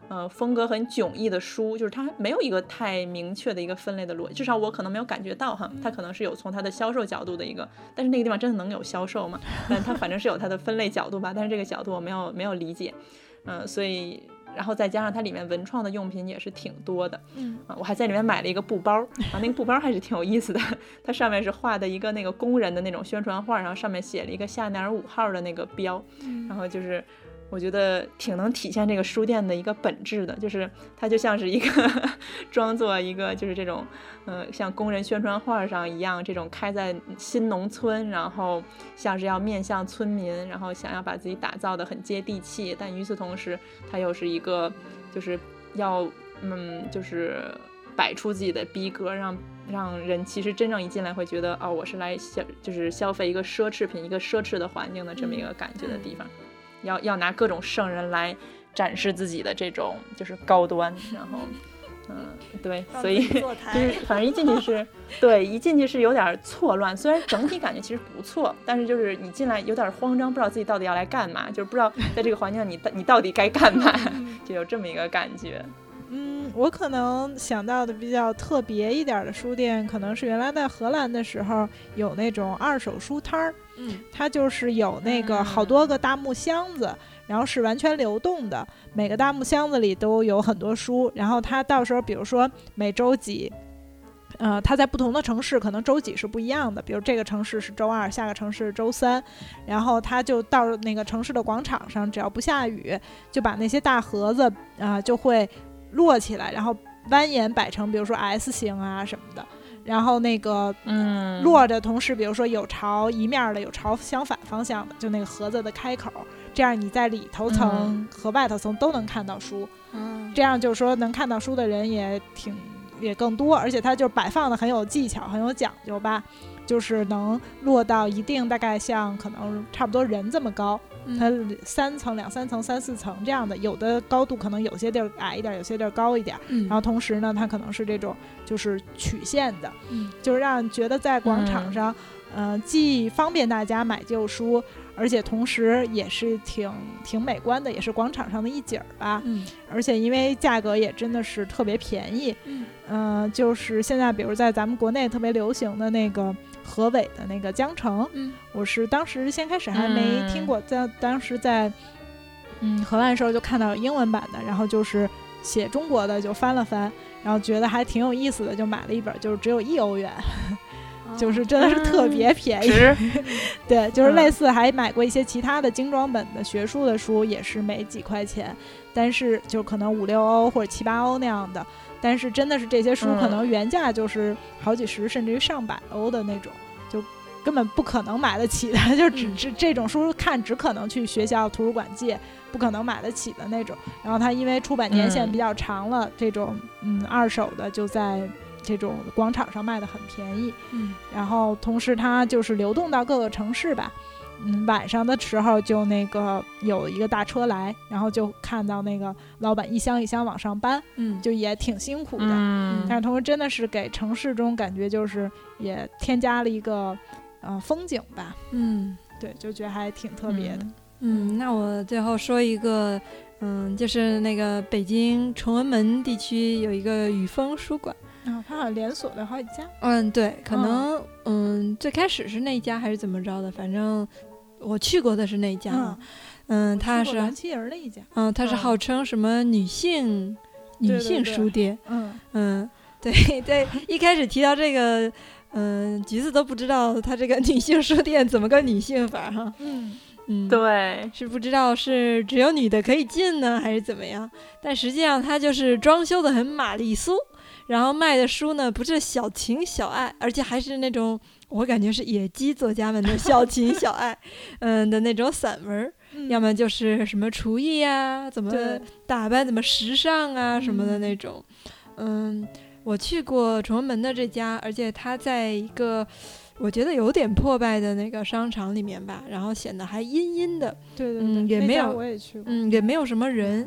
风格很迥异的书，就是它没有一个太明确的一个分类的逻辑，至少我可能没有感觉到哈，它可能是有从它的销售角度的一个，但是那个地方真的能有销售吗？但它反正是有它的分类角度吧，但是这个角度我没有理解，所以然后再加上它里面文创的用品也是挺多的，我还在里面买了一个布包，那个布包还是挺有意思的，它上面是画的一个那个工人的那种宣传画，然后上面写了一个夏奈尔5号的那个标，然后就是我觉得挺能体现这个书店的一个本质的，就是它就像是一个装作一个就是这种像工人宣传画上一样，这种开在新农村，然后像是要面向村民，然后想要把自己打造的很接地气，但与此同时它又是一个就是要就是摆出自己的逼格，让人其实真正一进来会觉得我是来就是消费一个奢侈品，一个奢侈的环境的这么一个感觉的地方，要拿各种圣人来展示自己的这种就是高端，然后对，所以就是反正一进去是有点错乱，虽然整体感觉其实不错，但是就是你进来有点慌张，不知道自己到底要来干嘛，就是不知道在这个环境你到底该干嘛，就有这么一个感觉。 我可能想到的比较特别一点的书店，可能是原来在荷兰的时候有那种二手书摊儿，它就是有那个好多个大木箱子，然后是完全流动的，每个大木箱子里都有很多书，然后它到时候比如说每周几它在不同的城市可能周几是不一样的，比如这个城市是周2，下个城市是周3，然后它就到那个城市的广场上，只要不下雨，就把那些大盒子就会摞起来，然后蜿蜒摆成比如说 S 型啊什么的，然后那个摞的同时比如说有朝一面的有朝相反方向的，就那个盒子的开口，这样你在里头层和外头层都能看到书，这样就是说能看到书的人也更多，而且它就摆放的很有技巧很有讲究吧，就是能落到一定大概像可能差不多人这么高，它3层2、3层3、4层这样的，有的高度可能有些地儿矮一点，有些地儿高一点，然后同时呢它可能是这种就是曲线的，就是让人觉得在广场上既方便大家买旧书，而且同时也是挺美观的，也是广场上的一景吧，而且因为价格也真的是特别便宜，就是现在比如在咱们国内特别流行的那个河北的那个江城，我是当时先开始还没听过，当时在荷兰的时候就看到有英文版的，然后就是写中国的就翻了翻，然后觉得还挺有意思的，就买了一本，就是只有1欧元，就是真的是特别便宜，对，就是类似还买过一些其他的精装本的学术的书，也是没几块钱，但是就可能5、6欧或者7、8欧那样的，但是真的是这些书可能原价就是好几十甚至于上百欧的那种，就根本不可能买得起的，就只这种书看只可能去学校图书馆借，不可能买得起的那种。然后它因为出版年限比较长了，这种二手的就在这种广场上卖的很便宜，然后同时它就是流动到各个城市吧，晚上的时候就那个有一个大车来，然后就看到那个老板一箱一箱往上搬，就也挺辛苦的，但是同时真的是给城市中感觉就是也添加了一个风景吧，对，就觉得还挺特别的。 那我最后说一个，就是那个北京崇文门地区有一个雨枫书馆， 它好像连锁了好几家。 对，可能最开始是那一家还是怎么着的，反正我去过的是那一家，它是蓝旗营那一家， 它是号称什么女性书店，对对，一开始提到这个，橘子都不知道它这个女性书店怎么个女性法哈， 对， 是不知道是只有女的可以进呢，还是怎么样？但实际上它就是装修的很玛丽苏，然后卖的书呢不是小情小爱，而且还是那种我感觉是野鸡作家们的小情小爱，的那种散文，要么就是什么厨艺啊，怎么打扮，怎么时尚啊什么的那种。我去过崇文门的这家，而且它在一个我觉得有点破败的那个商场里面吧，然后显得还阴阴的， 对， 也没有， 我也去过， 也没有什么人，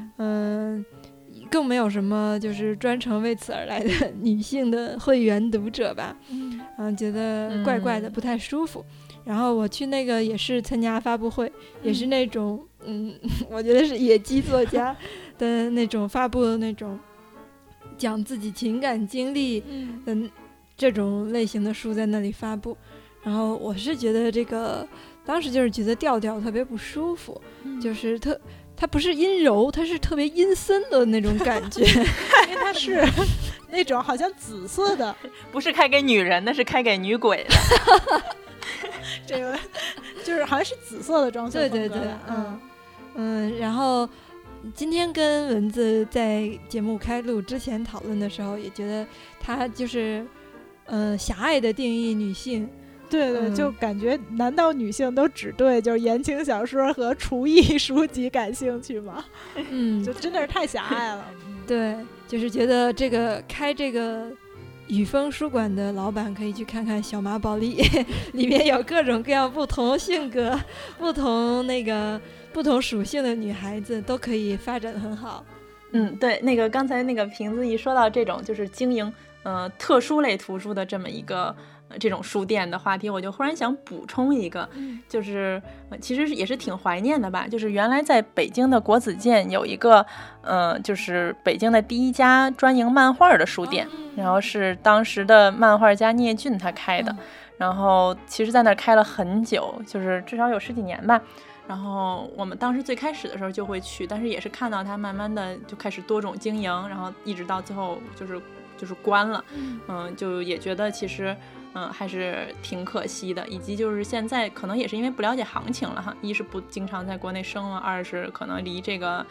更没有什么就是专程为此而来的女性的会员读者吧，觉得怪怪的，不太舒服。 然后我去那个也是参加发布会，也是那种我觉得是野鸡作家的那种发布的那种讲自己情感经历的这种类型的书在那里发布。然后我是觉得这个当时就是觉得调调特别不舒服，就是它不是阴柔，它是特别阴森的那种感觉因为它是那种好像紫色的， 不是开给女人的，是开给女鬼的这个就是好像是紫色的装修风格。 对对对，然后今天跟蚊子在节目开录之前讨论的时候，也觉得他就是狭隘的定义女性。 对对，就感觉难道女性都只对就是言情小说和厨艺书籍感兴趣吗？就真的是太狭隘了。 对，就是觉得开这个雨枫书馆的老板可以去看看小马宝莉里面有各种各样不同性格不同属性的女孩子都可以发展得很好。 对，那个刚才那个瓶子一说到这种就是经营特殊类图书的这么一个这种书店的话题，我就忽然想补充一个，就是其实也是挺怀念的吧，就是原来在北京的国子监有一个就是北京的第一家专营漫画的书店，然后是当时的漫画家聂俊他开的，然后其实在那儿开了很久，就是至少有10几年吧。然后我们当时最开始的时候就会去，但是也是看到它慢慢的就开始多种经营，然后一直到最后就是关了，就也觉得其实还是挺可惜的，以及就是现在可能也是因为不了解行情了哈，一是不经常在国内生了，二是可能离这个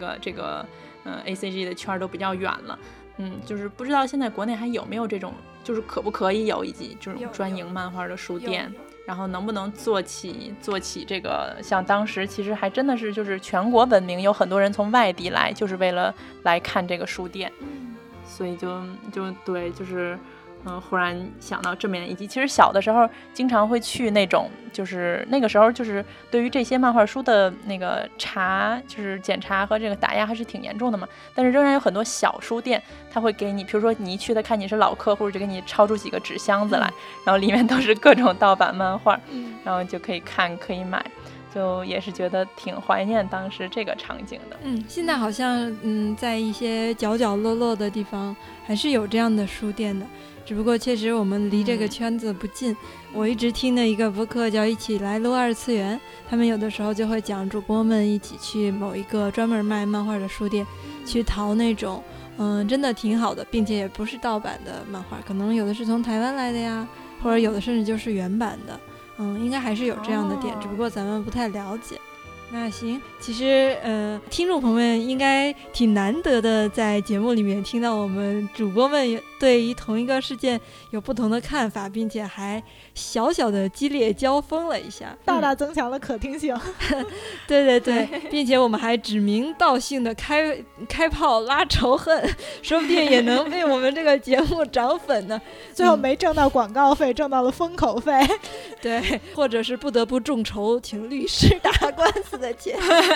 ACG 的圈都比较远了，就是不知道现在国内还有没有这种，就是可不可以有，以及这种专营漫画的书店，然后能不能做起这个，像当时其实还真的是就是全国闻名，有很多人从外地来就是为了来看这个书店，所以就对，就是忽然想到这么以及其实小的时候经常会去那种，就是那个时候就是对于这些漫画书的那个就是检查和这个打压还是挺严重的嘛，但是仍然有很多小书店他会给你，比如说你一去他看你是老客户，就给你抄出几个纸箱子来，然后里面都是各种盗版漫画，然后就可以看可以买，就也是觉得挺怀念当时这个场景的。 现在好像在一些角角落落的地方还是有这样的书店的，只不过确实我们离这个圈子不近。我一直听的一个播客叫一起来撸二次元，他们有的时候就会讲主播们一起去某一个专门卖漫画的书店去淘那种真的挺好的，并且也不是盗版的漫画，可能有的是从台湾来的呀，或者有的甚至就是原版的，应该还是有这样的店，只不过咱们不太了解。那行，其实听众朋友们应该挺难得的，在节目里面听到我们主播们对于同一个事件有不同的看法，并且还小小的激烈交锋了一下， 大大增强了可听性。 对对对，并且我们还指名道姓的开炮拉仇恨，说不定也能为我们这个节目涨粉呢。 最后没挣到广告费，挣到了封口费。 对，或者是不得不众筹请律师打官司的钱。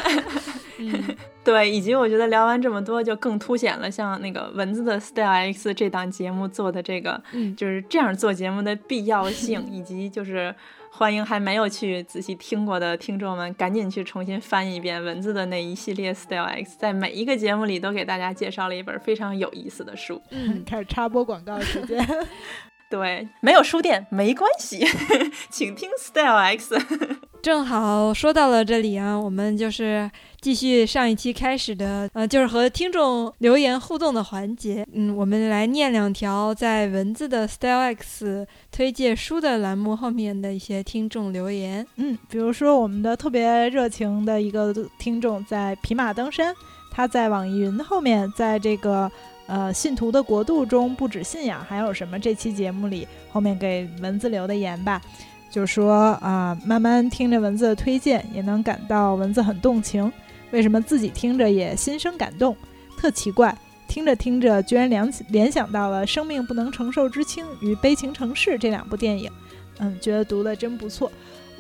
对，以及我觉得聊完这么多就更凸显了像那个蚊子的 Style X 这档节目做的这个就是这样做节目的必要性，以及就是欢迎还没有去仔细听过的听众们赶紧去重新翻一遍蚊子的那一系列 Style X， 在每一个节目里都给大家介绍了一本非常有意思的书。 开始插播广告时间。 对，没有书店没关系，请听 Style X。 正好说到了这里啊，我们就是继续上一期开始的就是和听众留言互动的环节。我们来念2条在文字的 Style X 推荐书的栏目后面的一些听众留言。 比如说我们的特别热情的一个听众在匹马登山，他在网易云后面，在这个信徒的国度中不止信仰还有什么这期节目里后面给文字留的言吧，就说慢慢听着文字的推荐也能感到文字很动情，为什么自己听着也心生感动，特奇怪，听着听着居然联想到了《生命不能承受之轻》与《悲情城市》这2部电影，觉得读得真不错。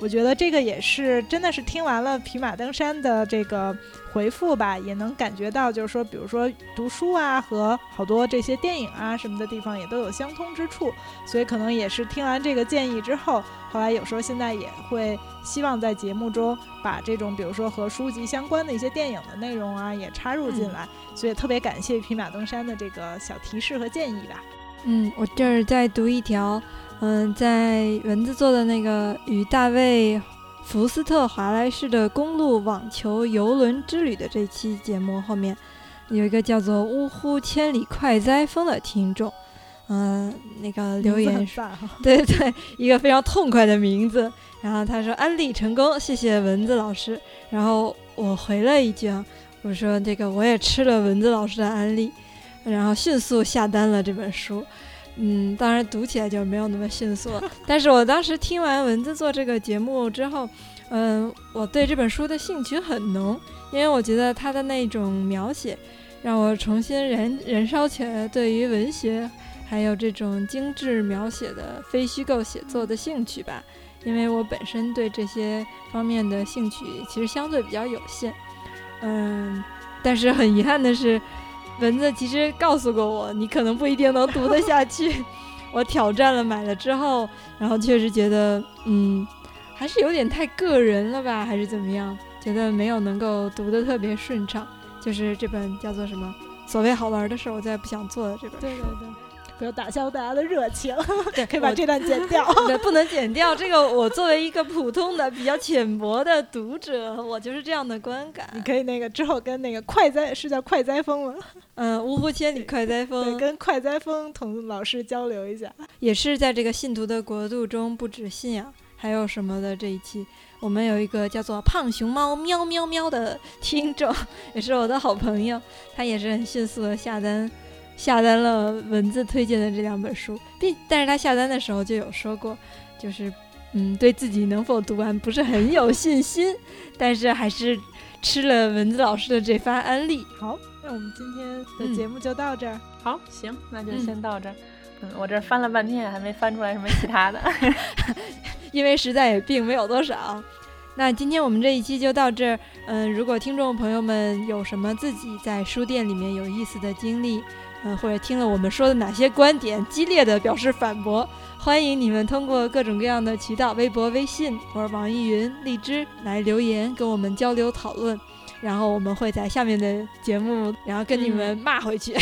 我觉得这个也是真的是听完了匹马登山的这个回复吧，也能感觉到就是说比如说读书啊和好多这些电影啊什么的地方也都有相通之处，所以可能也是听完这个建议之后，后来有时候现在也会希望在节目中把这种比如说和书籍相关的一些电影的内容啊也插入进来，所以特别感谢匹马登山的这个小提示和建议吧。 我这儿再读一条，在蚊子做的那个与大卫福斯特华莱士的公路网球游轮之旅的这期节目后面有一个叫做呜呼千里快哉风的听众，那个留言是对，一个非常痛快的名字，然后他说安利成功，谢谢蚊子老师。然后我回了一句啊，我说这个我也吃了蚊子老师的安利，然后迅速下单了这本书。当然读起来就没有那么迅速了，但是我当时听完蚊子做这个节目之后，我对这本书的兴趣很浓，因为我觉得他的那种描写让我重新燃烧起来对于文学还有这种精致描写的非虚构写作的兴趣吧，因为我本身对这些方面的兴趣其实相对比较有限。但是很遗憾的是，蚊子其实告诉过我你可能不一定能读得下去我挑战了买了之后，然后确实觉得还是有点太个人了吧，还是怎么样，觉得没有能够读得特别顺畅，就是这本叫做什么所谓好玩的事我再不想做的这本书。 对，不要打消大家的热情对，可以把这段剪掉对，不能剪掉，这个我作为一个普通的比较浅薄的读者，我就是这样的观感。 你可以那个之后跟那个快哉，是叫快哉风吗？ 呜呼千里快哉风， 对，跟快哉风同老师交流一下。 也是在这个信徒的国度中不止信仰还有什么的这一期，我们有一个叫做胖熊猫喵喵喵的听众，也是我的好朋友，他也是很迅速的下单了蚊子推荐的这2本书，但是他下单的时候就有说过，就是对自己能否读完不是很有信心，但是还是吃了蚊子老师的这番安利。 好，那我们今天的节目就到这儿。 好，行，那就先到这儿。我这翻了半天还没翻出来什么其他的因为实在也并没有多少。那今天我们这一期就到这儿。如果听众朋友们有什么自己在书店里面有意思的经历，或者听了我们说的哪些观点激烈的表示反驳，欢迎你们通过各种各样的渠道，微博、微信或者网易云、荔枝来留言跟我们交流讨论，然后我们会在下面的节目然后跟你们骂回去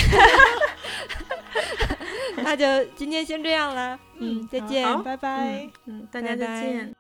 那就今天先这样了，再见， 拜拜。 大家再见。